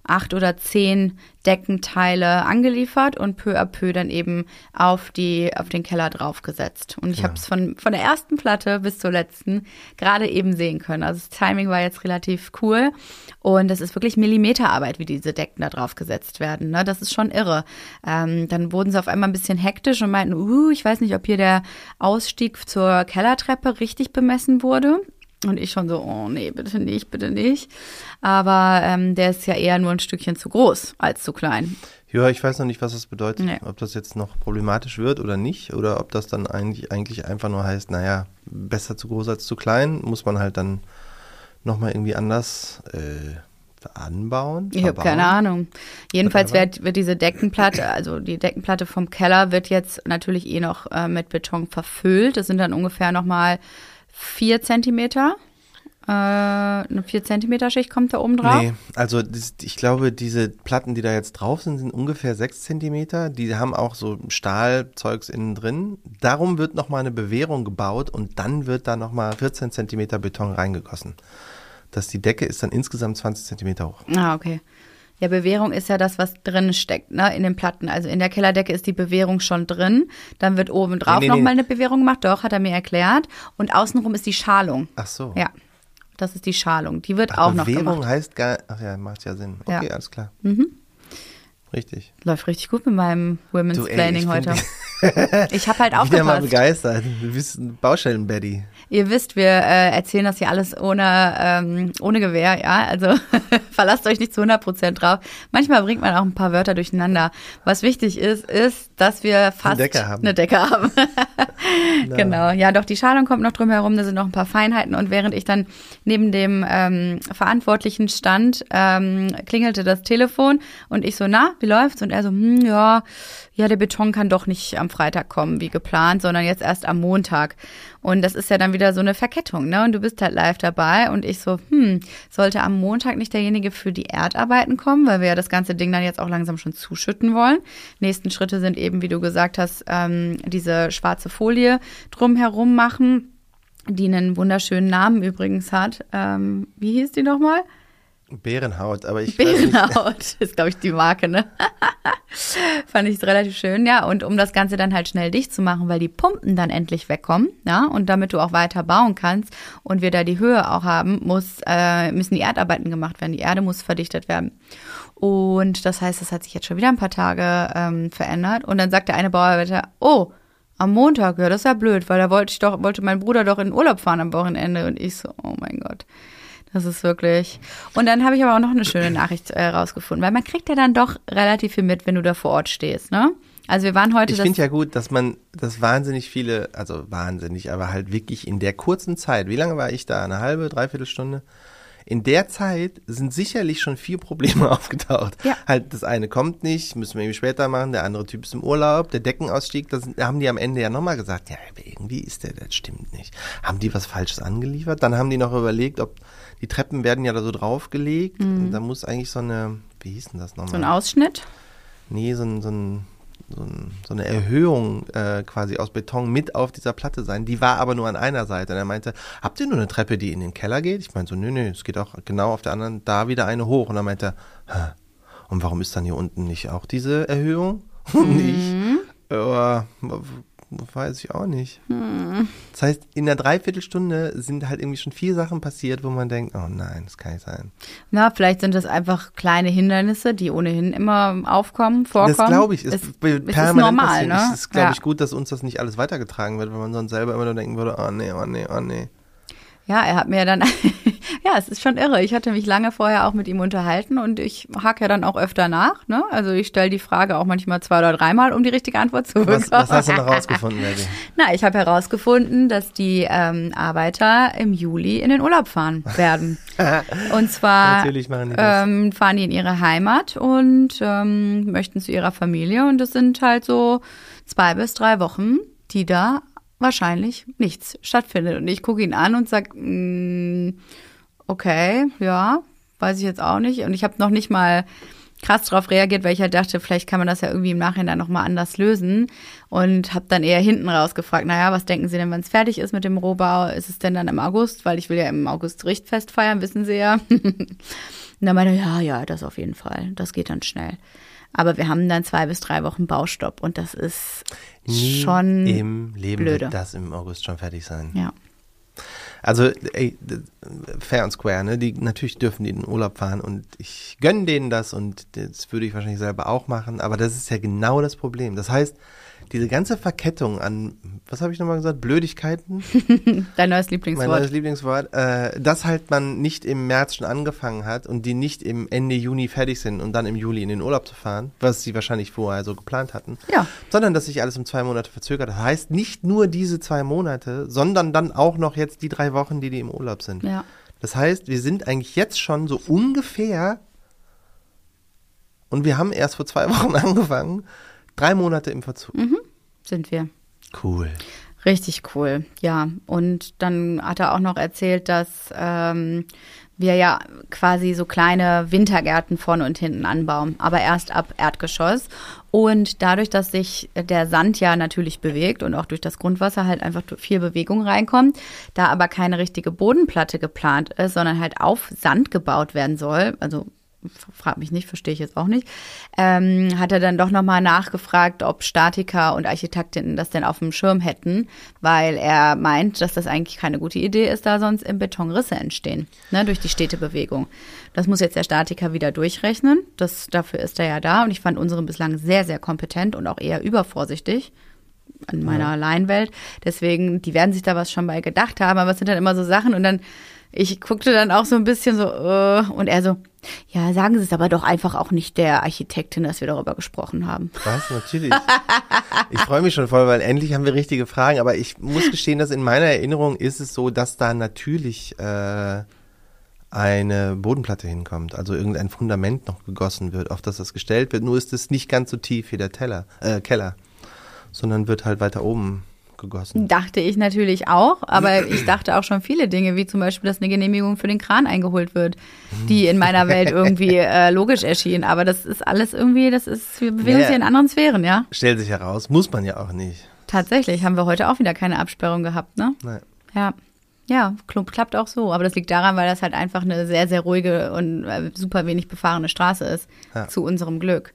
acht oder zehn Deckenteile angeliefert und peu à peu dann eben auf die auf den Keller draufgesetzt. Und ich Ja. habe es von von der ersten Platte bis zur letzten gerade eben sehen können. Also das Timing war jetzt relativ cool und das ist wirklich Millimeterarbeit, wie diese Decken da drauf gesetzt werden. Ne? Das ist schon irre. Ähm, dann wurden sie auf einmal ein bisschen hektisch und meinten, uh, ich weiß nicht, ob hier der Ausstieg zur Kellertreppe richtig bemessen wurde. Und ich schon so, oh nee, bitte nicht, bitte nicht. Aber ähm, der ist ja eher nur ein Stückchen zu groß als zu klein. Ja, ich weiß noch nicht, was das bedeutet. Nee. Ob das jetzt noch problematisch wird oder nicht. Oder ob das dann eigentlich, eigentlich einfach nur heißt, naja, besser zu groß als zu klein. Muss man halt dann nochmal irgendwie anders äh, anbauen. Ich habe keine Ahnung. Jedenfalls wird, wird diese Deckenplatte, also die Deckenplatte vom Keller wird jetzt natürlich eh noch äh, mit Beton verfüllt. Das sind dann ungefähr nochmal vier Zentimeter. Äh, eine vier Zentimeter Schicht kommt da oben drauf. Nee, also das, ich glaube, diese Platten, die da jetzt drauf sind, sind ungefähr sechs Zentimeter. Die haben auch so Stahlzeugs innen drin. Darum wird nochmal eine Bewehrung gebaut und dann wird da nochmal vierzehn Zentimeter Beton reingegossen. Dass die Decke ist dann insgesamt zwanzig Zentimeter hoch. Ah, okay. Ja, Bewehrung ist ja das, was drin steckt, ne, in den Platten. Also in der Kellerdecke ist die Bewehrung schon drin. Dann wird oben drauf Nee, nee, nochmal nee. eine Bewehrung gemacht. Doch, hat er mir erklärt. Und außenrum ist die Schalung. Ach so. Ja, das ist die Schalung. Die wird Ach, auch noch Bewehrung gemacht. heißt gar, ach ja, macht ja Sinn. Okay, Ja. alles klar. Mhm. Richtig. Läuft richtig gut mit meinem Women's Du, ey, Planning ich heute. find- Ich habe halt Wieder mal aufgepasst. begeistert. Du bist ein Baustellen-Baddy. Ihr wisst, wir äh, erzählen das hier alles ohne, ähm, ohne Gewehr, ja. Also verlasst euch nicht zu hundert Prozent drauf. Manchmal bringt man auch ein paar Wörter durcheinander. Was wichtig ist, ist, dass wir fast Decke haben. Eine Decke haben. Genau. Ja, doch, die Schalung kommt noch drum herum, da sind noch ein paar Feinheiten. Und während ich dann neben dem ähm, Verantwortlichen stand, ähm, klingelte das Telefon und ich so, na, wie läuft's? Und er so, hm, ja, ja, der Beton kann doch nicht am Freitag kommen, wie geplant, sondern jetzt erst am Montag. Und das ist ja dann wieder so eine Verkettung, ne? Und du bist halt live dabei und ich so, hm, sollte am Montag nicht derjenige für die Erdarbeiten kommen, weil wir ja das ganze Ding dann jetzt auch langsam schon zuschütten wollen. Nächsten Schritte sind eben, wie du gesagt hast, ähm, diese schwarze Folie drumherum machen, die einen wunderschönen Namen übrigens hat. Ähm, wie hieß die nochmal? Bärenhaut, aber ich weiß nicht. Bärenhaut ist, glaube ich, die Marke, ne? Fand ich relativ schön, ja. Und um das Ganze dann halt schnell dicht zu machen, weil die Pumpen dann endlich wegkommen, ja, und damit du auch weiter bauen kannst und wir da die Höhe auch haben, muss, äh, müssen die Erdarbeiten gemacht werden. Die Erde muss verdichtet werden. Und das heißt, das hat sich jetzt schon wieder ein paar Tage ähm, verändert. Und dann sagt der eine Bauarbeiter, oh, am Montag, ja, das ist ja blöd, weil da wollte ich doch, wollte mein Bruder doch in den Urlaub fahren am Wochenende. Und ich so, oh mein Gott. Das ist wirklich. Und dann habe ich aber auch noch eine schöne Nachricht äh, rausgefunden, weil man kriegt ja dann doch relativ viel mit, wenn du da vor Ort stehst, ne? Also wir waren heute. Ich finde ja gut, dass man, dass wahnsinnig viele, also wahnsinnig, aber halt wirklich in der kurzen Zeit, wie lange war ich da? Eine halbe, dreiviertel Stunde? In der Zeit sind sicherlich schon vier Probleme aufgetaucht. Ja. Halt, das eine kommt nicht, müssen wir irgendwie später machen, der andere Typ ist im Urlaub, der Deckenausstieg, das sind- da haben die am Ende ja nochmal gesagt, ja, aber irgendwie ist der, das stimmt nicht. Haben die was Falsches angeliefert? Dann haben die noch überlegt, ob, die Treppen werden ja da so draufgelegt, und da muss eigentlich so eine, wie hieß denn das nochmal? so ein Ausschnitt. Nee, so, ein, so, ein, so, ein, so eine Erhöhung äh, quasi aus Beton mit auf dieser Platte sein. Die war aber nur an einer Seite. Und er meinte, habt ihr nur eine Treppe, die in den Keller geht? Ich meinte so, nö, nö, es geht auch genau auf der anderen, da wieder eine hoch. Und dann meinte er, hä, und warum ist dann hier unten nicht auch diese Erhöhung? Und ich, ja, weiß ich auch nicht. Das heißt, in einer Dreiviertelstunde sind halt irgendwie schon vier Sachen passiert, wo man denkt, oh nein, das kann nicht sein. Na, vielleicht sind das einfach kleine Hindernisse, die ohnehin immer aufkommen, vorkommen. Das glaube ich, ist, ist, permanent ist es normal, passieren. ne? Es ist, glaube Ja. ich, gut, dass uns das nicht alles weitergetragen wird, weil man sonst selber immer nur denken würde, oh nee, oh nee, oh nee. Ja, er hat mir dann, ja, es ist schon irre. Ich hatte mich lange vorher auch mit ihm unterhalten und ich hake ja dann auch öfter nach, ne? Also ich stelle die Frage auch manchmal zwei oder dreimal, um die richtige Antwort zu bekommen. Was, was hast du noch rausgefunden, Baby? Na, ich habe herausgefunden, dass die ähm, Arbeiter im Juli in den Urlaub fahren werden. Und zwar Natürlich machen die das. ähm, fahren die in ihre Heimat und ähm, möchten zu ihrer Familie. Und das sind halt so zwei bis drei Wochen, die da wahrscheinlich nichts stattfindet. Und ich gucke ihn an und sage, okay, ja, weiß ich jetzt auch nicht. Und ich habe noch nicht mal krass drauf reagiert, weil ich halt dachte, vielleicht kann man das ja irgendwie im Nachhinein nochmal anders lösen. Und habe dann eher hinten raus gefragt, naja, was denken Sie denn, wenn es fertig ist mit dem Rohbau? Ist es denn dann im August? Weil ich will ja im August Richtfest feiern, wissen Sie ja. Und dann meinte er, ja, ja, das auf jeden Fall, das geht dann schnell. Aber wir haben dann zwei bis drei Wochen Baustopp und das ist Nie schon im Leben blöde. wird das im August schon fertig sein. Ja. Also ey, fair und square, ne? Die natürlich dürfen die in den Urlaub fahren und ich gönne denen das und das würde ich wahrscheinlich selber auch machen, aber das ist ja genau das Problem. Das heißt, diese ganze Verkettung an, was habe ich nochmal gesagt, Blödigkeiten? Dein neues Lieblingswort. Mein neues Lieblingswort, äh, dass halt man nicht im März schon angefangen hat und die nicht im Ende Juni fertig sind und dann im Juli in den Urlaub zu fahren, was sie wahrscheinlich vorher so geplant hatten, Ja. sondern dass sich alles um zwei Monate verzögert. Das heißt, nicht nur diese zwei Monate, sondern dann auch noch jetzt die drei Wochen, die die im Urlaub sind. Ja. Das heißt, wir sind eigentlich jetzt schon so ungefähr und wir haben erst vor zwei Wochen angefangen, drei Monate im Verzug. Mhm, sind wir. Cool. Richtig cool, ja. Und dann hat er auch noch erzählt, dass ähm, wir ja quasi so kleine Wintergärten vorne und hinten anbauen, aber erst ab Erdgeschoss. Und dadurch, dass sich der Sand ja natürlich bewegt und auch durch das Grundwasser halt einfach viel Bewegung reinkommt, da aber keine richtige Bodenplatte geplant ist, sondern halt auf Sand gebaut werden soll, also frag mich nicht, verstehe ich jetzt auch nicht, ähm, hat er dann doch nochmal nachgefragt, ob Statiker und Architektinnen das denn auf dem Schirm hätten, weil er meint, dass das eigentlich keine gute Idee ist, da sonst im Beton Risse entstehen, ne, durch die Städtebewegung. Das muss jetzt der Statiker wieder durchrechnen, das, dafür ist er ja da und ich fand unseren bislang sehr, sehr kompetent und auch eher übervorsichtig in meiner ja. Laienwelt. Deswegen, die werden sich da was schon bei gedacht haben, aber es sind dann immer so Sachen und dann, ich guckte dann auch so ein bisschen so, äh, und er so, ja, sagen Sie es aber doch einfach auch nicht der Architektin, dass wir darüber gesprochen haben. Was? Natürlich. Ich freue mich schon voll, weil endlich haben wir richtige Fragen, aber ich muss gestehen, dass in meiner Erinnerung ist es so, dass da natürlich äh, eine Bodenplatte hinkommt, also irgendein Fundament noch gegossen wird, auf das das gestellt wird, nur ist es nicht ganz so tief wie der Teller, äh, Keller, sondern wird halt weiter oben gegossen. Dachte ich natürlich auch, aber ich dachte auch schon viele Dinge, wie zum Beispiel, dass eine Genehmigung für den Kran eingeholt wird, die in meiner Welt irgendwie äh, logisch erschien. Aber das ist alles irgendwie, das ist, wir bewegen uns Ja. hier in anderen Sphären, ja? Stellt sich heraus, muss man ja auch nicht. Tatsächlich, haben wir heute auch wieder keine Absperrung gehabt, ne? Nein. Ja. Ja, kl- klappt auch so. Aber das liegt daran, weil das halt einfach eine sehr, sehr ruhige und äh, super wenig befahrene Straße ist, Ja. zu unserem Glück.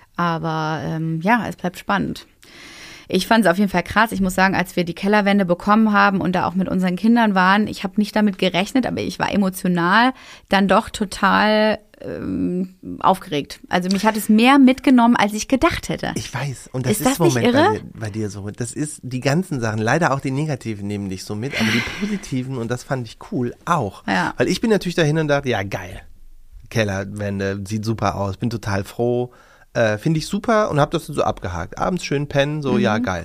Aber ähm, ja, es bleibt spannend. Ich fand es auf jeden Fall krass. Ich muss sagen, als wir die Kellerwände bekommen haben und da auch mit unseren Kindern waren, ich habe nicht damit gerechnet, aber ich war emotional dann doch total ähm, aufgeregt. Also mich hat es mehr mitgenommen, als ich gedacht hätte. Ich weiß. Und das Ist ist, das nicht Moment irre? bei dir, bei dir so. Das ist die ganzen Sachen. Leider auch die negativen nehmen dich so mit, aber die positiven, und das fand ich cool, auch. Ja. Weil ich bin natürlich dahin und dachte, ja geil. Kellerwände, sieht super aus, bin total froh. Äh, finde ich super und hab das so abgehakt. Abends schön pennen, so, mhm. ja, geil.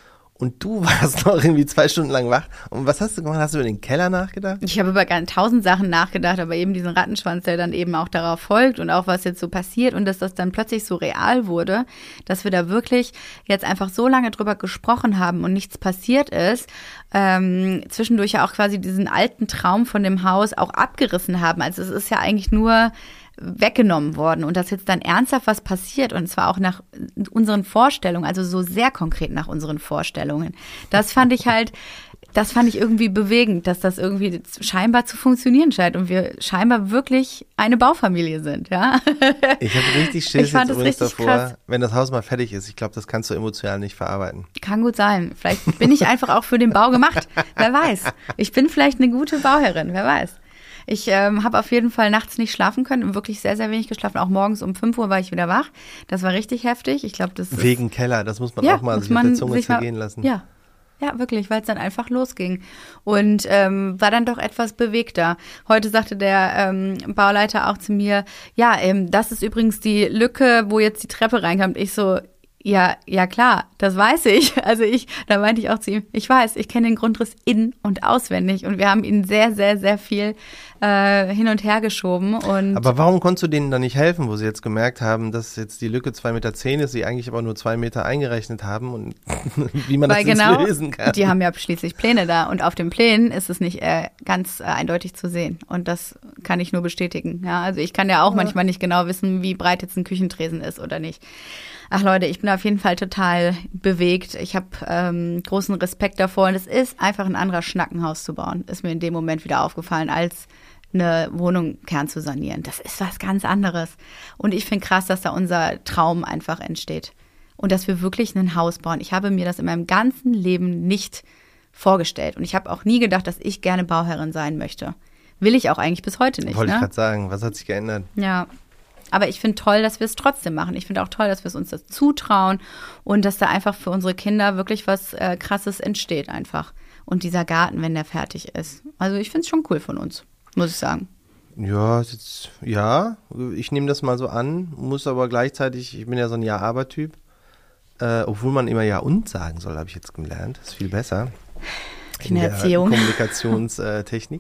Und du warst noch irgendwie zwei Stunden lang wach. Und was hast du gemacht? Hast du über den Keller nachgedacht? Ich habe über ganz tausend Sachen nachgedacht, aber eben diesen Rattenschwanz, der dann eben auch darauf folgt und auch was jetzt so passiert und dass das dann plötzlich so real wurde, dass wir da wirklich jetzt einfach so lange drüber gesprochen haben und nichts passiert ist, ähm, zwischendurch ja auch quasi diesen alten Traum von dem Haus auch abgerissen haben. Also es ist ja eigentlich nur weggenommen worden und dass jetzt dann ernsthaft was passiert und zwar auch nach unseren Vorstellungen, also so sehr konkret nach unseren Vorstellungen. Das fand ich halt, das fand ich irgendwie bewegend, dass das irgendwie scheinbar zu funktionieren scheint und wir scheinbar wirklich eine Baufamilie sind, ja. Ich habe richtig Schiss ich fand jetzt das übrigens richtig davor, krass. wenn das Haus mal fertig ist. Ich glaube, das kannst du emotional nicht verarbeiten. Kann gut sein. Vielleicht bin ich einfach auch für den Bau gemacht. Wer weiß. Ich bin vielleicht eine gute Bauherrin, wer weiß. Ich ähm, habe auf jeden Fall nachts nicht schlafen können und wirklich sehr, sehr wenig geschlafen. Auch morgens um fünf Uhr war ich wieder wach. Das war richtig heftig. Ich glaube, das Wegen ist, Keller, das muss man ja, auch mal muss sich auf der man Zunge sich mal- zergehen lassen. Ja, ja, wirklich, weil es dann einfach losging. Und ähm, war dann doch etwas bewegter. Heute sagte der ähm, Bauleiter auch zu mir, ja, ähm, das ist übrigens die Lücke, wo jetzt die Treppe reinkommt. Ich so, ja, ja klar, das weiß ich. Also ich, da meinte ich auch zu ihm, ich weiß, ich kenne den Grundriss in- und auswendig und wir haben ihn sehr, sehr, sehr viel äh, hin und her geschoben. Und Aber warum konntest du denen dann nicht helfen, wo sie jetzt gemerkt haben, dass jetzt die Lücke zwei Meter zehn ist, sie eigentlich aber nur zwei Meter eingerechnet haben und wie man das weil jetzt genau, lösen kann? die haben ja schließlich Pläne da und auf den Plänen ist es nicht äh, ganz äh, eindeutig zu sehen und das kann ich nur bestätigen. Ja, also ich kann ja auch ja. manchmal nicht genau wissen, wie breit jetzt ein Küchentresen ist oder nicht. Ach Leute, ich bin auf jeden Fall total bewegt. Ich habe ähm, großen Respekt davor und es ist einfach ein anderer Schnackenhaus zu bauen. Ist mir in dem Moment wieder aufgefallen, als eine Wohnung kernsusanieren. Das ist was ganz anderes. Und ich finde krass, dass da unser Traum einfach entsteht. Und dass wir wirklich ein Haus bauen. Ich habe mir das in meinem ganzen Leben nicht vorgestellt. Und ich habe auch nie gedacht, dass ich gerne Bauherrin sein möchte. Will ich auch eigentlich bis heute nicht. Wollte ne? ich gerade sagen, was hat sich geändert? Ja, aber ich finde toll, dass wir es trotzdem machen. Ich finde auch toll, dass wir es uns das zutrauen und dass da einfach für unsere Kinder wirklich was äh, Krasses entsteht einfach. Und dieser Garten, wenn der fertig ist. Also ich finde es schon cool von uns, muss ich sagen. Ja, jetzt, ja, ich nehme das mal so an, muss aber gleichzeitig, ich bin ja so ein Ja-Aber-Typ, äh, obwohl man immer Ja und sagen soll, habe ich jetzt gelernt. Das ist viel besser. Kindererziehung. Kommunikationstechnik.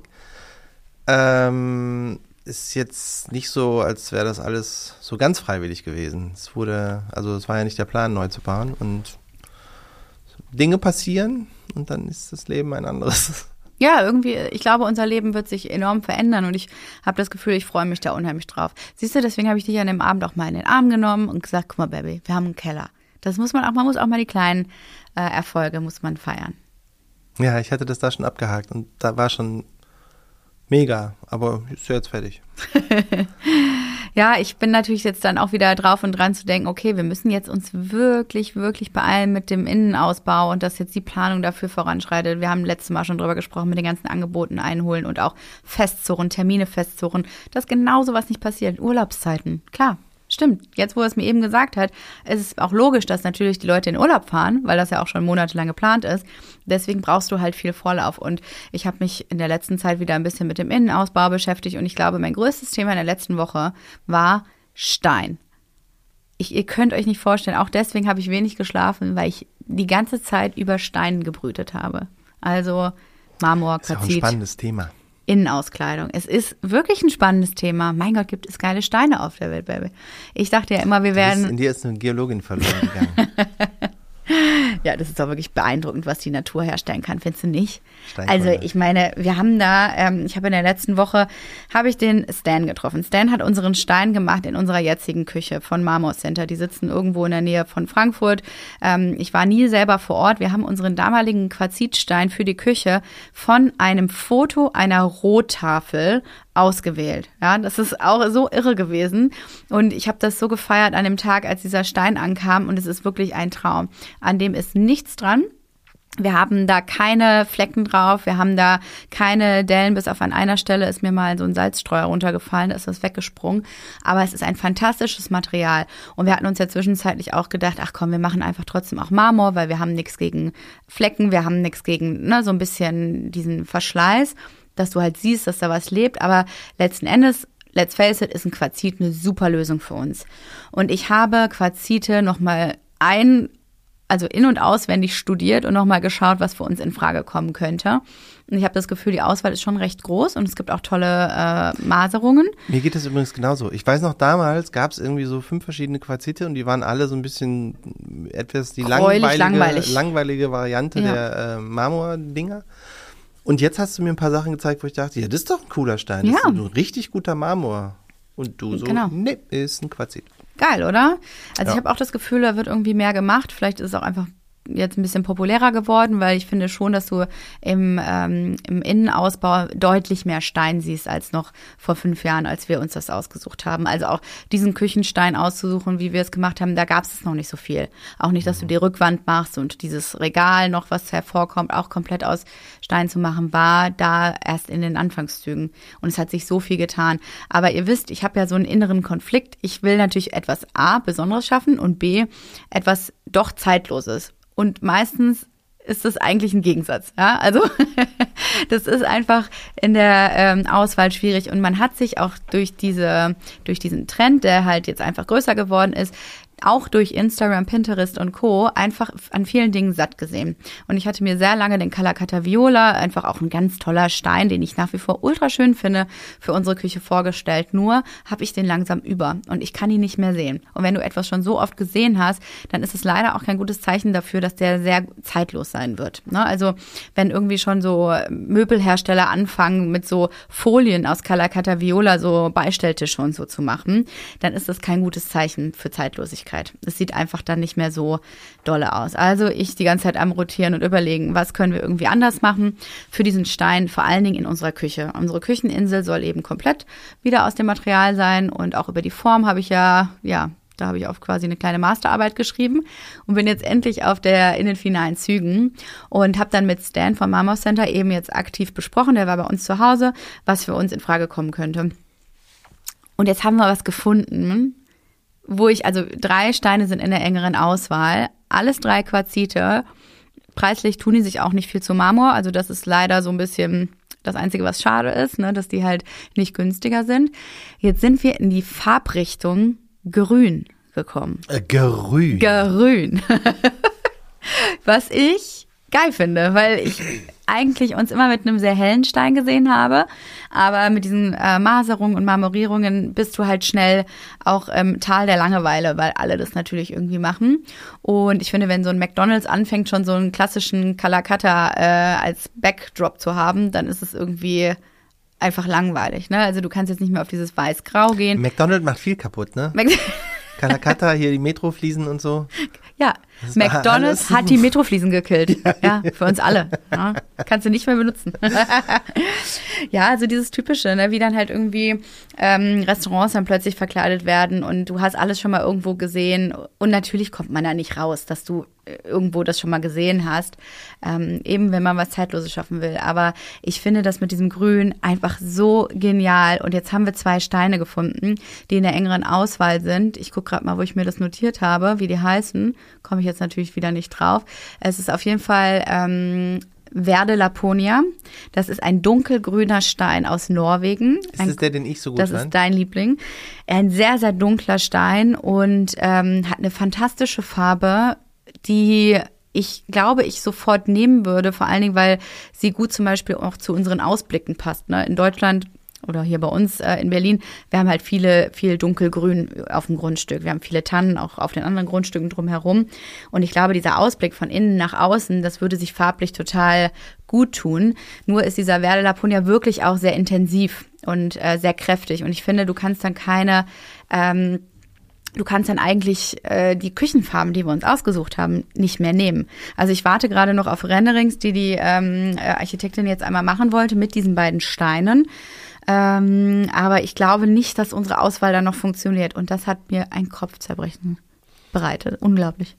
ähm, ist jetzt nicht so, als wäre das alles so ganz freiwillig gewesen. Es wurde, also es war ja nicht der Plan, neu zu bauen und Dinge passieren und dann ist das Leben ein anderes. Ja, irgendwie, ich glaube, unser Leben wird sich enorm verändern und ich habe das Gefühl, ich freue mich da unheimlich drauf. Siehst du, deswegen habe ich dich an dem Abend auch mal in den Arm genommen und gesagt, guck mal, Baby, wir haben einen Keller. Das muss man auch, man muss auch mal die kleinen äh, Erfolge muss man feiern. Ja, ich hatte das da schon abgehakt und da war schon mega, aber ist ja jetzt fertig. Ja, ich bin natürlich jetzt dann auch wieder drauf und dran zu denken, okay, wir müssen jetzt uns wirklich, wirklich beeilen mit dem Innenausbau und dass jetzt die Planung dafür voranschreitet. Wir haben letztes Mal schon drüber gesprochen, mit den ganzen Angeboten einholen und auch festzurren, Termine festzurren, dass genau sowas nicht passiert. Urlaubszeiten, klar. Stimmt, jetzt wo er es mir eben gesagt hat, ist es auch logisch, dass natürlich die Leute in Urlaub fahren, weil das ja auch schon monatelang geplant ist. Deswegen brauchst du halt viel Vorlauf. Und ich habe mich in der letzten Zeit wieder ein bisschen mit dem Innenausbau beschäftigt und ich glaube, mein größtes Thema in der letzten Woche war Stein. Ich, ihr könnt euch nicht vorstellen, auch deswegen habe ich wenig geschlafen, weil ich die ganze Zeit über Steinen gebrütet habe. Also Marmor, Das ist ja auch ein Quarzit. spannendes Thema. Innenauskleidung. Es ist wirklich ein spannendes Thema. Mein Gott, gibt es geile Steine auf der Welt, Baby. Ich dachte ja immer, wir Du bist, werden... in dir ist eine Geologin verloren gegangen. Ja, das ist doch wirklich beeindruckend, was die Natur herstellen kann, findest du nicht? Steinkohle. Also ich meine, wir haben da, ähm, ich habe in der letzten Woche, habe ich den Stan getroffen. Stan hat unseren Stein gemacht in unserer jetzigen Küche von Marmor Center. Die sitzen irgendwo in der Nähe von Frankfurt. Ähm, ich war nie selber vor Ort. Wir haben unseren damaligen Quarzitstein für die Küche von einem Foto einer Rohtafel ausgewählt. Ja, das ist auch so irre gewesen. Und ich habe das so gefeiert an dem Tag, als dieser Stein ankam. Und es ist wirklich ein Traum. An dem ist nichts dran. Wir haben da keine Flecken drauf, wir haben da keine Dellen, bis auf an einer Stelle ist mir mal so ein Salzstreuer runtergefallen, da ist das weggesprungen. Aber es ist ein fantastisches Material. Und wir hatten uns ja zwischenzeitlich auch gedacht, ach komm, wir machen einfach trotzdem auch Marmor, weil wir haben nichts gegen Flecken, wir haben nichts gegen ne, so ein bisschen diesen Verschleiß, dass du halt siehst, dass da was lebt. Aber letzten Endes, let's face it, ist ein Quarzit eine super Lösung für uns. Und ich habe Quarzite nochmal ein also in- und auswendig studiert und nochmal geschaut, was für uns in Frage kommen könnte. Und ich habe das Gefühl, die Auswahl ist schon recht groß und es gibt auch tolle äh, Maserungen. Mir geht das übrigens genauso. Ich weiß noch, damals gab es irgendwie so fünf verschiedene Quarzite und die waren alle so ein bisschen etwas die Gräulich, langweilige, langweilig. langweilige Variante Ja. der äh, Marmor-Dinger. Und jetzt hast du mir ein paar Sachen gezeigt, wo ich dachte, ja, das ist doch ein cooler Stein. Das Ja. ist ein richtig guter Marmor. Und du so, Genau. nee, ist ein Quarzit. Geil, oder? Also Ja. ich habe auch das Gefühl, da wird irgendwie mehr gemacht. Vielleicht ist es auch einfach jetzt ein bisschen populärer geworden, weil ich finde schon, dass du im, ähm, im Innenausbau deutlich mehr Stein siehst als noch vor fünf Jahren, als wir uns das ausgesucht haben. Also auch diesen Küchenstein auszusuchen, wie wir es gemacht haben, da gab es noch nicht so viel. Auch nicht, dass du die Rückwand machst und dieses Regal noch, was hervorkommt, auch komplett aus Stein zu machen, war da erst in den Anfangszügen. Und es hat sich so viel getan. Aber ihr wisst, ich habe ja so einen inneren Konflikt. Ich will natürlich etwas A, Besonderes schaffen und B, etwas doch Zeitloses. Und meistens ist das eigentlich ein Gegensatz. Ja? Also das ist einfach in der ähm, Auswahl schwierig. Und man hat sich auch durch diese, durch diesen Trend, der halt jetzt einfach größer geworden ist, auch durch Instagram, Pinterest und Co. einfach an vielen Dingen satt gesehen. Und ich hatte mir sehr lange den Calacatta Viola, einfach auch ein ganz toller Stein, den ich nach wie vor ultra schön finde, für unsere Küche vorgestellt. Nur habe ich den langsam über und ich kann ihn nicht mehr sehen. Und wenn du etwas schon so oft gesehen hast, dann ist es leider auch kein gutes Zeichen dafür, dass der sehr zeitlos sein wird. Ne? Also wenn irgendwie schon so Möbelhersteller anfangen, mit so Folien aus Calacatta Viola so Beistelltische und so zu machen, dann ist das kein gutes Zeichen für Zeitlosigkeit. Farbigkeit. Es sieht einfach dann nicht mehr so dolle aus. Also ich die ganze Zeit am Rotieren und überlegen, was können wir irgendwie anders machen für diesen Stein, vor allen Dingen in unserer Küche. Unsere Kücheninsel soll eben komplett wieder aus dem Material sein und auch über die Form habe ich ja, ja, da habe ich auch quasi eine kleine Masterarbeit geschrieben und bin jetzt endlich auf der in den finalen Zügen und habe dann mit Stan vom Marmor Center eben jetzt aktiv besprochen, der war bei uns zu Hause, was für uns in Frage kommen könnte. Und jetzt haben wir was gefunden, wo ich, also drei Steine sind in der engeren Auswahl, alles drei Quarzite. Preislich tun die sich auch nicht viel zu Marmor, also das ist leider so ein bisschen das Einzige, was schade ist, ne, dass die halt nicht günstiger sind. Jetzt sind wir in die Farbrichtung Grün gekommen. Äh, grün. Grün. Was ich geil finde, weil ich eigentlich uns immer mit einem sehr hellen Stein gesehen habe, aber mit diesen äh, Maserungen und Marmorierungen bist du halt schnell auch im Tal der Langeweile, weil alle das natürlich irgendwie machen. Und ich finde, wenn so ein McDonald's anfängt, schon so einen klassischen Calacata äh, als Backdrop zu haben, dann ist es irgendwie einfach langweilig, ne? Also du kannst jetzt nicht mehr auf dieses Weiß-Grau gehen. McDonald's macht viel kaputt, ne? Calacata, hier die Metrofliesen und so. Ja, das McDonald's hat die Metrofliesen gekillt. Ja, ja, für uns alle. Ja, kannst du nicht mehr benutzen. Ja, also dieses Typische, ne, wie dann halt irgendwie ähm, Restaurants dann plötzlich verkleidet werden und du hast alles schon mal irgendwo gesehen. Und natürlich kommt man da nicht raus, dass du irgendwo das schon mal gesehen hast, ähm, eben wenn man was Zeitloses schaffen will. Aber ich finde das mit diesem Grün einfach so genial. Und jetzt haben wir zwei Steine gefunden, die in der engeren Auswahl sind. Ich gucke gerade mal, wo ich mir das notiert habe, wie die heißen. Komme ich jetzt natürlich wieder nicht drauf. Es ist auf jeden Fall ähm, Verde Laponia. Das ist ein dunkelgrüner Stein aus Norwegen. Ist das der, den ich so gut Das fand? ist dein Liebling. Ein sehr, sehr dunkler Stein und ähm, hat eine fantastische Farbe, die ich glaube, ich sofort nehmen würde, vor allen Dingen, weil sie gut zum Beispiel auch zu unseren Ausblicken passt. Ne? In Deutschland oder hier bei uns äh, in Berlin, wir haben halt viele, viel dunkelgrün auf dem Grundstück. Wir haben viele Tannen auch auf den anderen Grundstücken drumherum. Und ich glaube, dieser Ausblick von innen nach außen, das würde sich farblich total gut tun. Nur ist dieser Verde Laponia wirklich auch sehr intensiv und äh, sehr kräftig. Und ich finde, du kannst dann keine ähm, Du kannst dann eigentlich äh, die Küchenfarben, die wir uns ausgesucht haben, nicht mehr nehmen. Also ich warte gerade noch auf Renderings, die die ähm, Architektin jetzt einmal machen wollte mit diesen beiden Steinen. Ähm, aber ich glaube nicht, dass unsere Auswahl dann noch funktioniert. Und das hat mir ein Kopfzerbrechen bereitet. Unglaublich.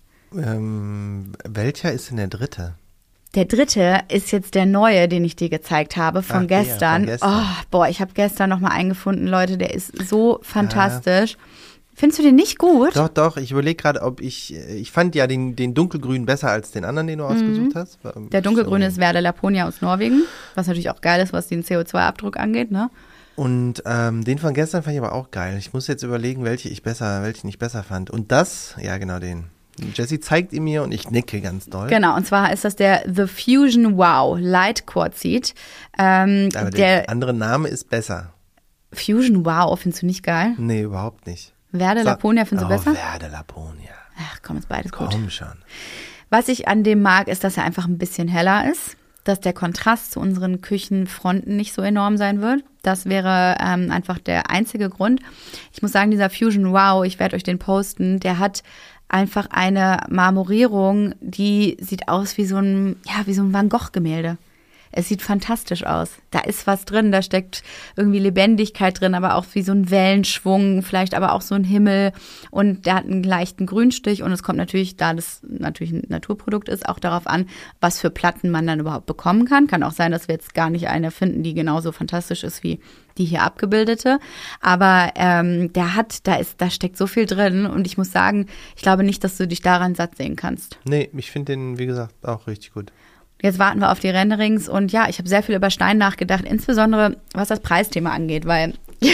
Ähm, welcher ist denn der dritte? Der dritte ist jetzt der neue, den ich dir gezeigt habe, von, Ach, der, gestern. von gestern. Oh, boah, ich habe gestern noch mal einen gefunden, Leute. Der ist so fantastisch. Ja. Findest du den nicht gut? Doch, doch. Ich überlege gerade, ob ich, ich fand ja den, den dunkelgrünen besser als den anderen, den du ausgesucht mhm. hast. Der dunkelgrüne so. Ist Verde Laponia aus Norwegen, was natürlich auch geil ist, was den C O zwei Abdruck angeht, ne? Und ähm, den von gestern fand ich aber auch geil. Ich muss jetzt überlegen, welche ich besser, welchen ich besser fand. Und das, ja genau den. Jessie zeigt ihn mir und ich nicke ganz doll. Genau, und zwar ist das der The Fusion Wow Light Quartzit. Ähm, aber der, der andere Name ist besser. Fusion Wow, findest du nicht geil? Nee, überhaupt nicht. Verde Laponia findest oh, du besser? Verde Laponia. Ach komm, ist beides komm gut. Komm schon. Was ich an dem mag, ist, dass er einfach ein bisschen heller ist, dass der Kontrast zu unseren Küchenfronten nicht so enorm sein wird. Das wäre ähm, einfach der einzige Grund. Ich muss sagen, dieser Fusion Wow, ich werde euch den posten, der hat einfach eine Marmorierung, die sieht aus wie so ein, ja, wie so ein Van Gogh-Gemälde. Es sieht fantastisch aus. Da ist was drin, da steckt irgendwie Lebendigkeit drin, aber auch wie so ein Wellenschwung, vielleicht aber auch so ein Himmel. Und der hat einen leichten Grünstich und es kommt natürlich, da das natürlich ein Naturprodukt ist, auch darauf an, was für Platten man dann überhaupt bekommen kann. Kann auch sein, dass wir jetzt gar nicht eine finden, die genauso fantastisch ist wie die hier abgebildete. Aber ähm, der hat, da ist, da steckt so viel drin und ich muss sagen, ich glaube nicht, dass du dich daran satt sehen kannst. Nee, ich finde den, wie gesagt, auch richtig gut. Jetzt warten wir auf die Renderings und ja, ich habe sehr viel über Stein nachgedacht, insbesondere was das Preisthema angeht, weil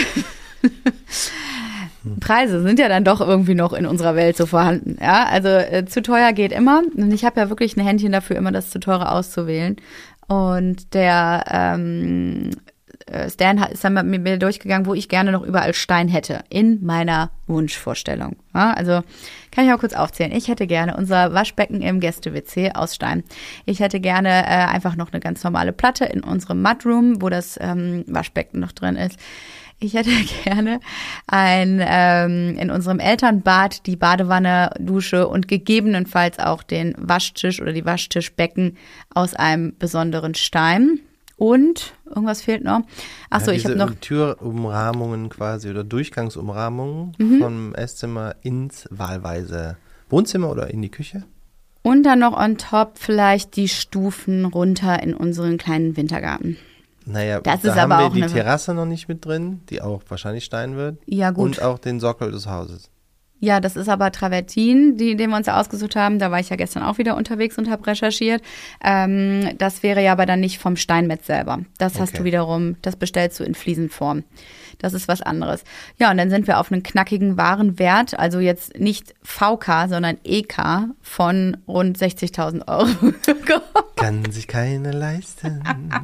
Preise sind ja dann doch irgendwie noch in unserer Welt so vorhanden. Ja, also äh, zu teuer geht immer und ich habe ja wirklich ein Händchen dafür, immer das zu teure auszuwählen. Und der ähm, Stan ist dann mit mir durchgegangen, wo ich gerne noch überall Stein hätte, in meiner Wunschvorstellung. Ja, also kann ich auch kurz aufzählen. Ich hätte gerne unser Waschbecken im Gäste-W C aus Stein. Ich hätte gerne äh, einfach noch eine ganz normale Platte in unserem Mudroom, wo das ähm, Waschbecken noch drin ist. Ich hätte gerne ein ähm, in unserem Elternbad die Badewanne, Dusche und gegebenenfalls auch den Waschtisch oder die Waschtischbecken aus einem besonderen Stein. Und irgendwas fehlt noch. Ach so, ja, ich habe noch Türumrahmungen quasi oder Durchgangsumrahmungen Mhm. vom Esszimmer ins wahlweise Wohnzimmer oder in die Küche. und dann noch on top vielleicht die Stufen runter in unseren kleinen Wintergarten. Naja, Das da ist haben aber wir auch die eine- Terrasse noch nicht mit drin, die auch wahrscheinlich Stein wird. Ja, gut. Und auch den Sockel des Hauses. Ja, das ist aber Travertin, die, den wir uns ja ausgesucht haben. Da war ich ja gestern auch wieder unterwegs und habe recherchiert. Ähm, das wäre ja aber dann nicht vom Steinmetz selber. Das hast Okay. du wiederum, das bestellst du in Fliesenform. Das ist was anderes. Ja, und dann sind wir auf einen knackigen Warenwert, also jetzt nicht V K, sondern E K von rund sechzigtausend Euro gekommen. Kann sich keiner leisten.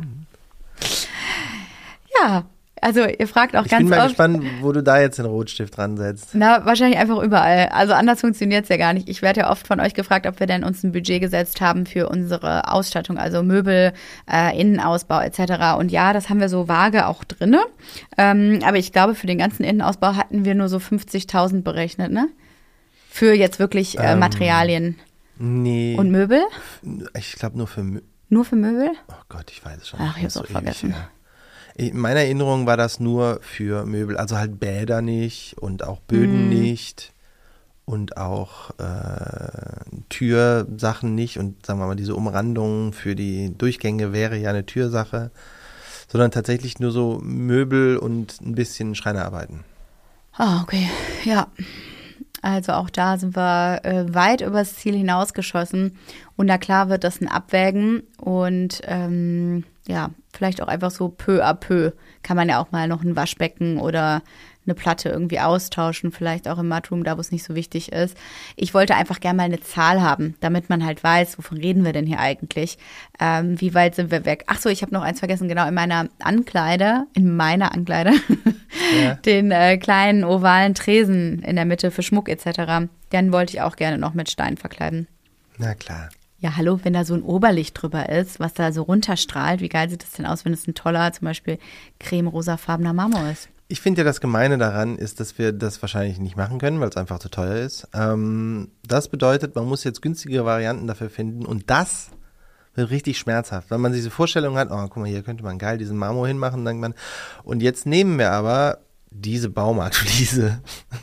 Ja, also ihr fragt auch Ich ganz bin mal oft. gespannt, wo du da jetzt den Rotstift dran setzt. Na, wahrscheinlich einfach überall. Also anders funktioniert's ja gar nicht. Ich werde ja oft von euch gefragt, ob wir denn uns ein Budget gesetzt haben für unsere Ausstattung, also Möbel, äh, Innenausbau et cetera. Und ja, das haben wir so vage auch drinne. Ähm, aber ich glaube, für den ganzen Innenausbau hatten wir nur so fünfzigtausend berechnet, ne? Für jetzt wirklich äh, Ähm, Materialien Nee, und Möbel? ich glaube nur für... Mö- Nur für Möbel? Oh Gott, ich weiß es schon. Ach, ich Das ist hab's auch ewig vergessen. her. In meiner Erinnerung war das nur für Möbel, also halt Bäder nicht und auch Böden Mhm. nicht und auch äh, Türsachen nicht und sagen wir mal, diese Umrandungen für die Durchgänge wäre ja eine Türsache, sondern tatsächlich nur so Möbel und ein bisschen Schreinerarbeiten. Ah, okay. Ja. Also auch da sind wir äh, weit übers Ziel hinausgeschossen. Und na klar wird das ein Abwägen und ähm, ja, vielleicht auch einfach so peu à peu kann man ja auch mal noch ein Waschbecken oder eine Platte irgendwie austauschen, vielleicht auch im Mudroom, da wo es nicht so wichtig ist. Ich wollte einfach gerne mal eine Zahl haben, damit man halt weiß, wovon reden wir denn hier eigentlich? Ähm, wie weit sind wir weg? Ach so, ich habe noch eins vergessen, genau, in meiner Ankleide, in meiner Ankleide, Ja. den äh, kleinen ovalen Tresen in der Mitte für Schmuck et cetera. Den wollte ich auch gerne noch mit Stein verkleiden. Na klar. Ja, hallo, wenn da so ein Oberlicht drüber ist, was da so runterstrahlt, wie geil sieht das denn aus, wenn es ein toller, zum Beispiel creme-rosafarbener Marmor ist? Ich finde ja, das Gemeine daran ist, dass wir das wahrscheinlich nicht machen können, weil es einfach zu teuer ist. Ähm, das bedeutet, man muss jetzt günstigere Varianten dafür finden und das wird richtig schmerzhaft, weil man diese Vorstellung hat, oh, guck mal, hier könnte man geil diesen Marmor hinmachen, denkt man. Und jetzt nehmen wir aber diese Baumarktfliese.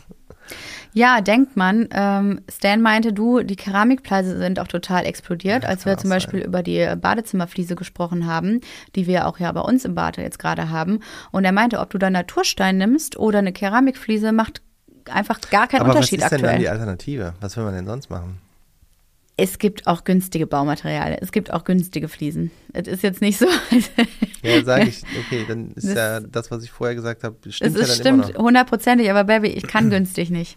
Ja, denkt man. Ähm, Stan meinte, du, die Keramikpreise sind auch total explodiert, Ja, als kann wir auch zum Beispiel sein. über die Badezimmerfliese gesprochen haben, die wir auch ja bei uns im Bad jetzt gerade haben. Und er meinte, ob du da Naturstein nimmst oder eine Keramikfliese, macht einfach gar keinen Aber was Unterschied ist denn dann aktuell. die Alternative? Was will man denn sonst machen? Es gibt auch günstige Baumaterialien, es gibt auch günstige Fliesen. Es ist jetzt nicht so, Ja, sage ich, okay, dann ist Das- ja das, was ich vorher gesagt habe, es stimmt ja ist, dann stimmt immer noch. hundertprozentig, aber Baby, ich kann günstig nicht.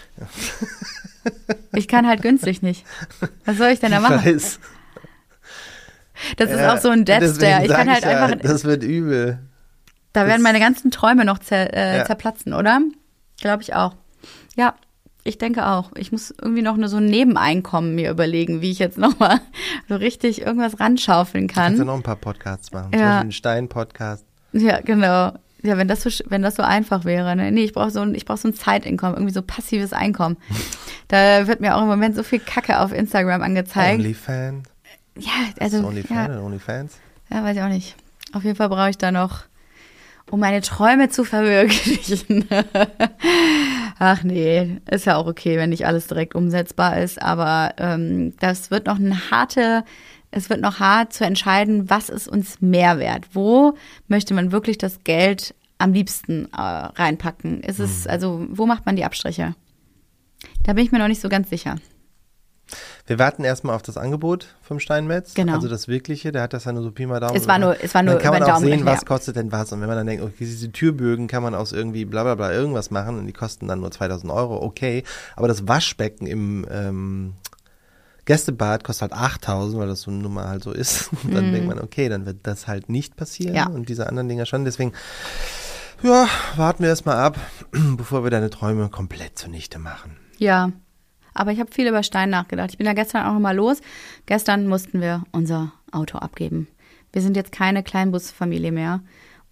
Ich kann halt günstig nicht. Was soll ich denn da machen? Ich weiß. Das ist Ja, auch so ein Dead deswegen Stare. Ich sag kann halt ja, einfach, das wird übel. da werden das- meine ganzen Träume noch zer, äh, Ja. zerplatzen, oder? Glaube ich auch. Ja, ich denke auch. Ich muss irgendwie noch eine, so ein Nebeneinkommen mir überlegen, wie ich jetzt nochmal so richtig irgendwas ranschaufeln Kannst du kann. noch ein paar Podcasts machen? Zum Ja. Beispiel einen Stein-Podcast. Ja, genau. Ja, wenn das so, sch- wenn das so einfach wäre. Ne? Nee, ich brauche so ein, ich brauche so ein Zeiteinkommen, irgendwie so passives Einkommen. Da wird mir auch im Moment so viel Kacke auf Instagram angezeigt. Onlyfan? Ja, also, Also, Onlyfan ja, oder Onlyfans? ja, weiß ich auch nicht. Auf jeden Fall brauche ich da noch, um meine Träume zu verwirklichen. Ach nee, ist ja auch okay, wenn nicht alles direkt umsetzbar ist, aber ähm, das wird noch eine harte, es wird noch hart zu entscheiden, was ist uns mehr wert? Wo möchte man wirklich das Geld am liebsten äh, reinpacken? Ist es, also, wo macht man die Abstriche? Da bin ich mir noch nicht so ganz sicher. Wir warten erstmal auf das Angebot vom Steinmetz. Genau. Also das wirkliche, der hat das ja nur so Pi mal Daumen. Es war nur, es war nur Dann kann über man den auch Daumen sehen, gerechnet, was ja. kostet denn was. Und wenn man dann denkt, okay, diese Türbögen kann man aus irgendwie bla bla bla irgendwas machen und die kosten dann nur zweitausend Euro, okay. Aber das Waschbecken im ähm, Gästebad kostet halt achttausend, weil das so nun mal halt so ist. Und dann Mhm. denkt man, okay, dann wird das halt nicht passieren Ja. und diese anderen Dinger schon. Deswegen, ja, warten wir erstmal ab, bevor wir deine Träume komplett zunichte machen. Ja, aber ich habe viel über Stein nachgedacht. Ich bin ja gestern auch noch mal los. Gestern mussten wir unser Auto abgeben. Wir sind jetzt keine Kleinbusfamilie mehr.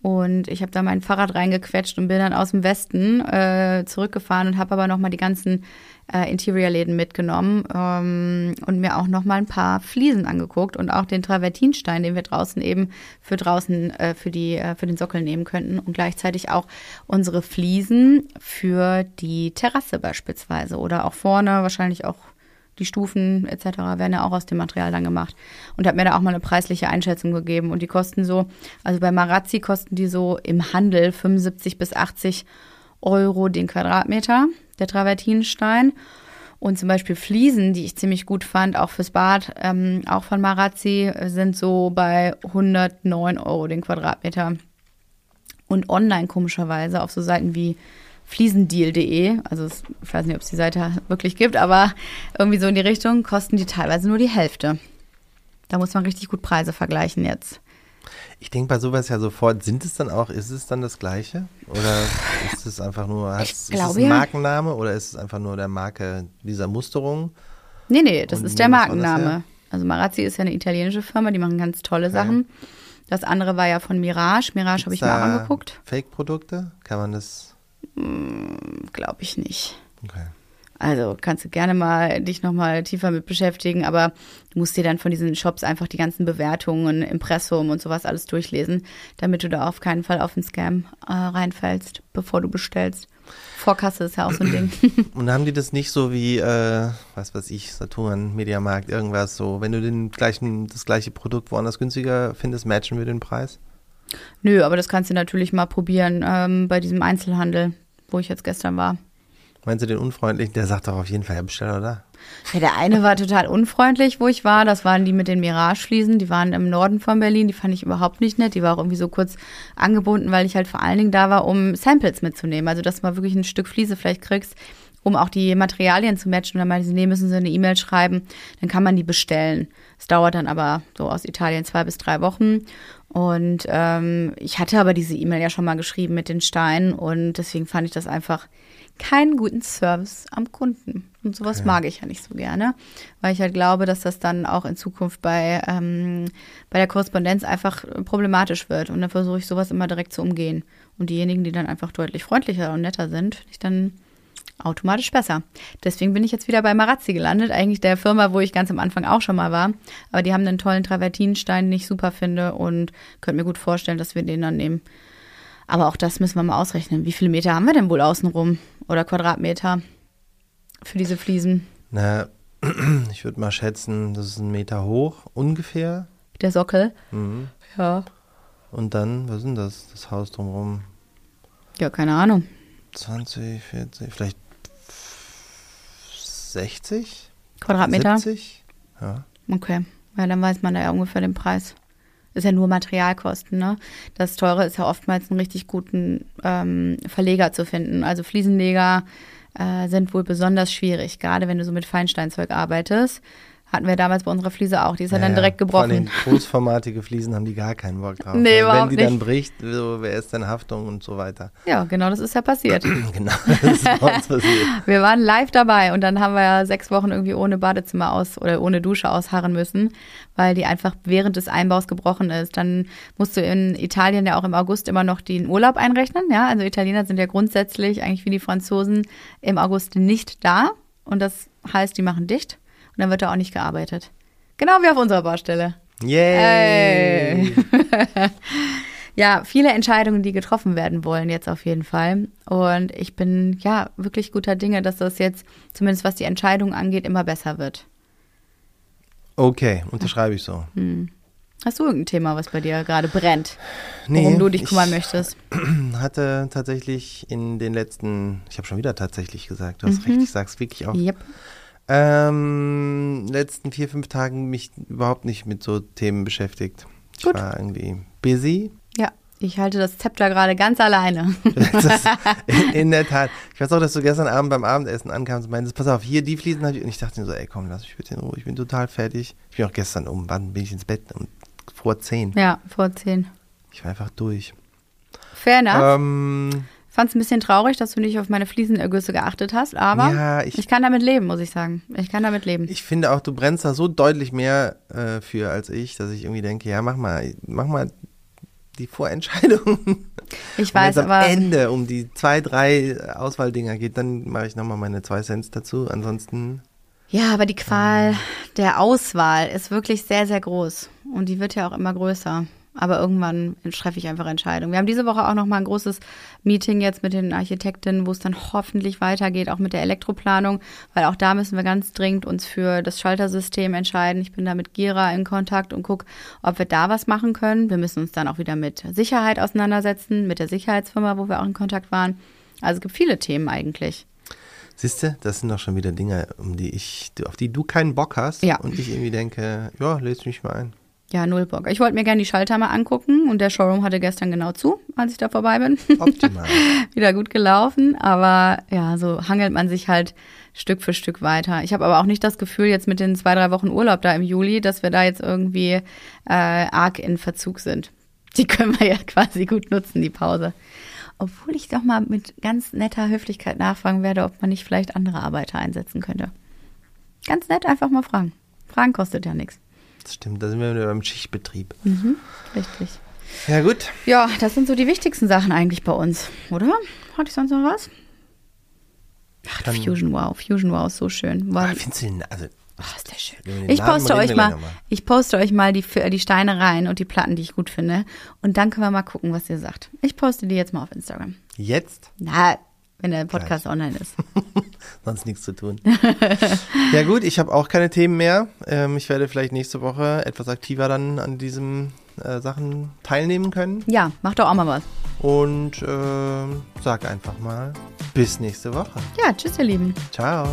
Und ich habe da mein Fahrrad reingequetscht und bin dann aus dem Westen äh, zurückgefahren und habe aber nochmal die ganzen äh, Interior-Läden mitgenommen ähm, und mir auch nochmal ein paar Fliesen angeguckt und auch den Travertinstein, den wir draußen eben für draußen äh, für die äh, für den Sockel nehmen könnten und gleichzeitig auch unsere Fliesen für die Terrasse beispielsweise oder auch vorne wahrscheinlich auch die Stufen et cetera werden ja auch aus dem Material dann gemacht. Und habe mir da auch mal eine preisliche Einschätzung gegeben. Und die kosten so, also bei Marazzi kosten die so im Handel fünfundsiebzig bis achtzig Euro den Quadratmeter, der Travertinstein. Und zum Beispiel Fliesen, die ich ziemlich gut fand, auch fürs Bad, ähm, auch von Marazzi, sind so bei hundertneun Euro den Quadratmeter. Und online komischerweise auf so Seiten wie fliesendeal punkt de, also es, ich weiß nicht, ob es die Seite wirklich gibt, aber irgendwie so in die Richtung kosten die teilweise nur die Hälfte. Da muss man richtig gut Preise vergleichen jetzt. Ich denke bei sowas ja sofort, sind es dann auch, ist es dann das Gleiche? Oder ist es einfach nur, hat, ist glaube, es ein ja. Markenname oder ist es einfach nur der Marke dieser Musterung? Nee, nee, das Und ist der was war das Markenname. her? Also Marazzi ist ja eine italienische Firma, die machen ganz tolle Sachen. Das andere war ja von Mirage. Mirage habe ich mir auch angeguckt. Fake-Produkte? Kann man das? Glaube ich nicht. Okay. Also kannst du gerne mal dich nochmal tiefer mit beschäftigen, aber du musst dir dann von diesen Shops einfach die ganzen Bewertungen, Impressum und sowas alles durchlesen, damit du da auf keinen Fall auf den Scam äh, reinfällst, bevor du bestellst. Vorkasse ist ja auch so ein Ding. Und haben die das nicht so wie, äh, was weiß ich, Saturn, Mediamarkt, irgendwas so, wenn du den gleichen, das gleiche Produkt woanders günstiger findest, matchen wir den Preis? Nö, aber das kannst du natürlich mal probieren ähm, bei diesem Einzelhandel, wo ich jetzt gestern war. Meinst du den unfreundlichen? Der sagt doch auf jeden Fall, ja, bestell, oder? Ja, der eine war total unfreundlich, wo ich war. Das waren die mit den Mirage-Fliesen. Die waren im Norden von Berlin. Die fand ich überhaupt nicht nett. Die war auch irgendwie so kurz angebunden, weil ich halt vor allen Dingen da war, um Samples mitzunehmen. Also, dass du mal wirklich ein Stück Fliese vielleicht kriegst, um auch die Materialien zu matchen. Und dann meinte sie, nee, müssen sie eine E-Mail schreiben. Dann kann man die bestellen. Es dauert dann aber so aus Italien zwei bis drei Wochen. Und ähm, ich hatte aber diese E-Mail ja schon mal geschrieben mit den Steinen. Und deswegen fand ich das einfach keinen guten Service am Kunden. Und sowas Okay. mag ich ja nicht so gerne, weil ich halt glaube, dass das dann auch in Zukunft bei, ähm, bei der Korrespondenz einfach problematisch wird. Und dann versuche ich sowas immer direkt zu umgehen. Und diejenigen, die dann einfach deutlich freundlicher und netter sind, finde ich dann automatisch besser. Deswegen bin ich jetzt wieder bei Marazzi gelandet, eigentlich der Firma, wo ich ganz am Anfang auch schon mal war. Aber die haben einen tollen Travertinstein, den ich super finde und könnte mir gut vorstellen, dass wir den dann nehmen. Aber auch das müssen wir mal ausrechnen. Wie viele Meter haben wir denn wohl außenrum? Oder Quadratmeter für diese Fliesen? Na, ich würde mal schätzen, das ist ein Meter hoch, ungefähr. Der Sockel? Mhm. Ja. Und dann, was ist denn das, das Haus drumherum? Ja, keine Ahnung. zwanzig, vierzig, vielleicht sechzig? Quadratmeter? siebzig? Ja. Okay. Ja, dann weiß man da ja ungefähr den Preis. Ist ja nur Materialkosten, ne? Das Teure ist ja oftmals einen richtig guten ähm, Verleger zu finden. Also Fliesenleger äh, sind wohl besonders schwierig, gerade wenn du so mit Feinsteinzeug arbeitest. Hatten wir damals bei unserer Fliese auch. Die ist ja, Ja, dann direkt gebrochen. Vor allem großformatige Fliesen haben die gar keinen Bock drauf. Nee, Weil überhaupt wenn die dann nicht. bricht, so, wer ist denn Haftung und so weiter. Ja, genau, das ist ja passiert. Genau, das ist bei uns passiert. Wir waren live dabei und dann haben wir ja sechs Wochen irgendwie ohne Badezimmer aus oder ohne Dusche ausharren müssen, weil die einfach während des Einbaus gebrochen ist. Dann musst du in Italien ja auch im August immer noch den Urlaub einrechnen. Ja, also Italiener sind ja grundsätzlich eigentlich wie die Franzosen im August nicht da und das heißt, die machen dicht und dann wird da auch nicht gearbeitet. Genau wie auf unserer Baustelle. Yay! Ey. Ja, viele Entscheidungen, die getroffen werden wollen jetzt auf jeden Fall. Und ich bin ja wirklich guter Dinge, dass das jetzt, zumindest was die Entscheidung angeht, immer besser wird. Okay, unterschreibe ich so. Hm. Hast du irgendein Thema, was bei dir gerade brennt, worum Nee, du dich ich kümmern möchtest? hatte tatsächlich in den letzten, ich habe schon wieder tatsächlich gesagt, du hast Mhm. recht, ich sag's wirklich auch. Yep. Ähm, letzten vier, fünf Tagen mich überhaupt nicht mit so Themen beschäftigt. Ich Gut. war irgendwie busy. Ja, ich halte das Zepter gerade ganz alleine. Das ist, in, in der Tat. Ich weiß auch, dass du gestern Abend beim Abendessen ankamst und meintest, pass auf, hier die Fliesen habe ich. Und ich dachte mir so, ey komm, lass mich bitte in Ruhe, ich bin total fertig. Ich bin auch gestern um, wann bin ich ins Bett? Um, vor zehn. Ja, vor zehn. Ich war einfach durch. Fair enough. Ähm, Fand es ein bisschen traurig, dass du nicht auf meine Fliesenergüsse geachtet hast, aber ja, ich, ich kann damit leben, muss ich sagen. Ich kann damit leben. ich finde auch, du brennst da so deutlich mehr äh, für als ich, dass ich irgendwie denke, ja, mach mal, mach mal die Vorentscheidung. Ich weiß, wenn es am aber Ende um die zwei, drei Auswahldinger geht, dann mache ich nochmal meine zwei Cents dazu. Ansonsten. Ja, aber die Qual der Auswahl ist wirklich sehr, sehr groß. Und die wird ja auch immer größer. Aber irgendwann treffe ich einfach Entscheidungen. Wir haben diese Woche auch nochmal ein großes Meeting jetzt mit den Architektinnen, wo es dann hoffentlich weitergeht, auch mit der Elektroplanung, weil auch da müssen wir ganz dringend uns für das Schaltersystem entscheiden. Ich bin da mit Gira in Kontakt und gucke, ob wir da was machen können. Wir müssen uns dann auch wieder mit Sicherheit auseinandersetzen, mit der Sicherheitsfirma, wo wir auch in Kontakt waren. Also es gibt viele Themen eigentlich. Siehst du, das sind doch schon wieder Dinge, um die ich, auf die du keinen Bock hast. Ja. Und ich irgendwie denke, ja, lese mich mal ein. Ja, null Bock. Ich wollte mir gerne die Schalter mal angucken und der Showroom hatte gestern genau zu, als ich da vorbei bin. Optimal. Wieder gut gelaufen, aber ja, so hangelt man sich halt Stück für Stück weiter. Ich habe aber auch nicht das Gefühl, jetzt mit den zwei, drei Wochen Urlaub da im Juli, dass wir da jetzt irgendwie äh, arg in Verzug sind. Die können wir ja quasi gut nutzen, die Pause. Obwohl ich doch mal mit ganz netter Höflichkeit nachfragen werde, ob man nicht vielleicht andere Arbeiter einsetzen könnte. Ganz nett, einfach mal fragen. Fragen kostet ja nichts. Das stimmt, da sind wir wieder beim Schichtbetrieb. Mhm, richtig. Ja, gut. Ja, das sind so die wichtigsten Sachen eigentlich bei uns, oder? Hatte ich sonst noch was? Ach, Kann- Fusion Wow. Fusion Wow ist so schön. War, Ah, findest du den, also, ach, ist der schön. über den Ich Namen poste reden euch wir mal, gleich noch mal. ich poste euch mal die, die Steine rein und die Platten, die ich gut finde. Und dann können wir mal gucken, was ihr sagt. Ich poste die jetzt mal auf Instagram. Jetzt? Na, wenn der Podcast online ist. Sonst nichts zu tun. Ja gut, ich habe auch keine Themen mehr. Ähm, ich werde vielleicht nächste Woche etwas aktiver dann an diesen äh, Sachen teilnehmen können. Ja, mach doch auch mal was. Und ähm, sag einfach mal, bis nächste Woche. Ja, tschüss, ihr Lieben. Ciao.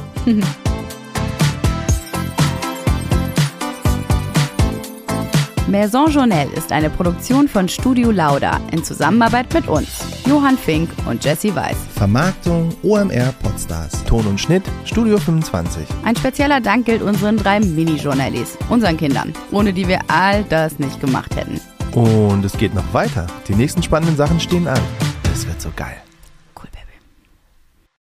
Maison Journelle ist eine Produktion von Studio Lauda in Zusammenarbeit mit uns, Johann Fink und Jessie Weiß. Vermarktung O M R Podstars. Ton und Schnitt Studio fünfundzwanzig. Ein spezieller Dank gilt unseren drei Mini-Journallis, unseren Kindern, ohne die wir all das nicht gemacht hätten. Und es geht noch weiter. Die nächsten spannenden Sachen stehen an. Das wird so geil.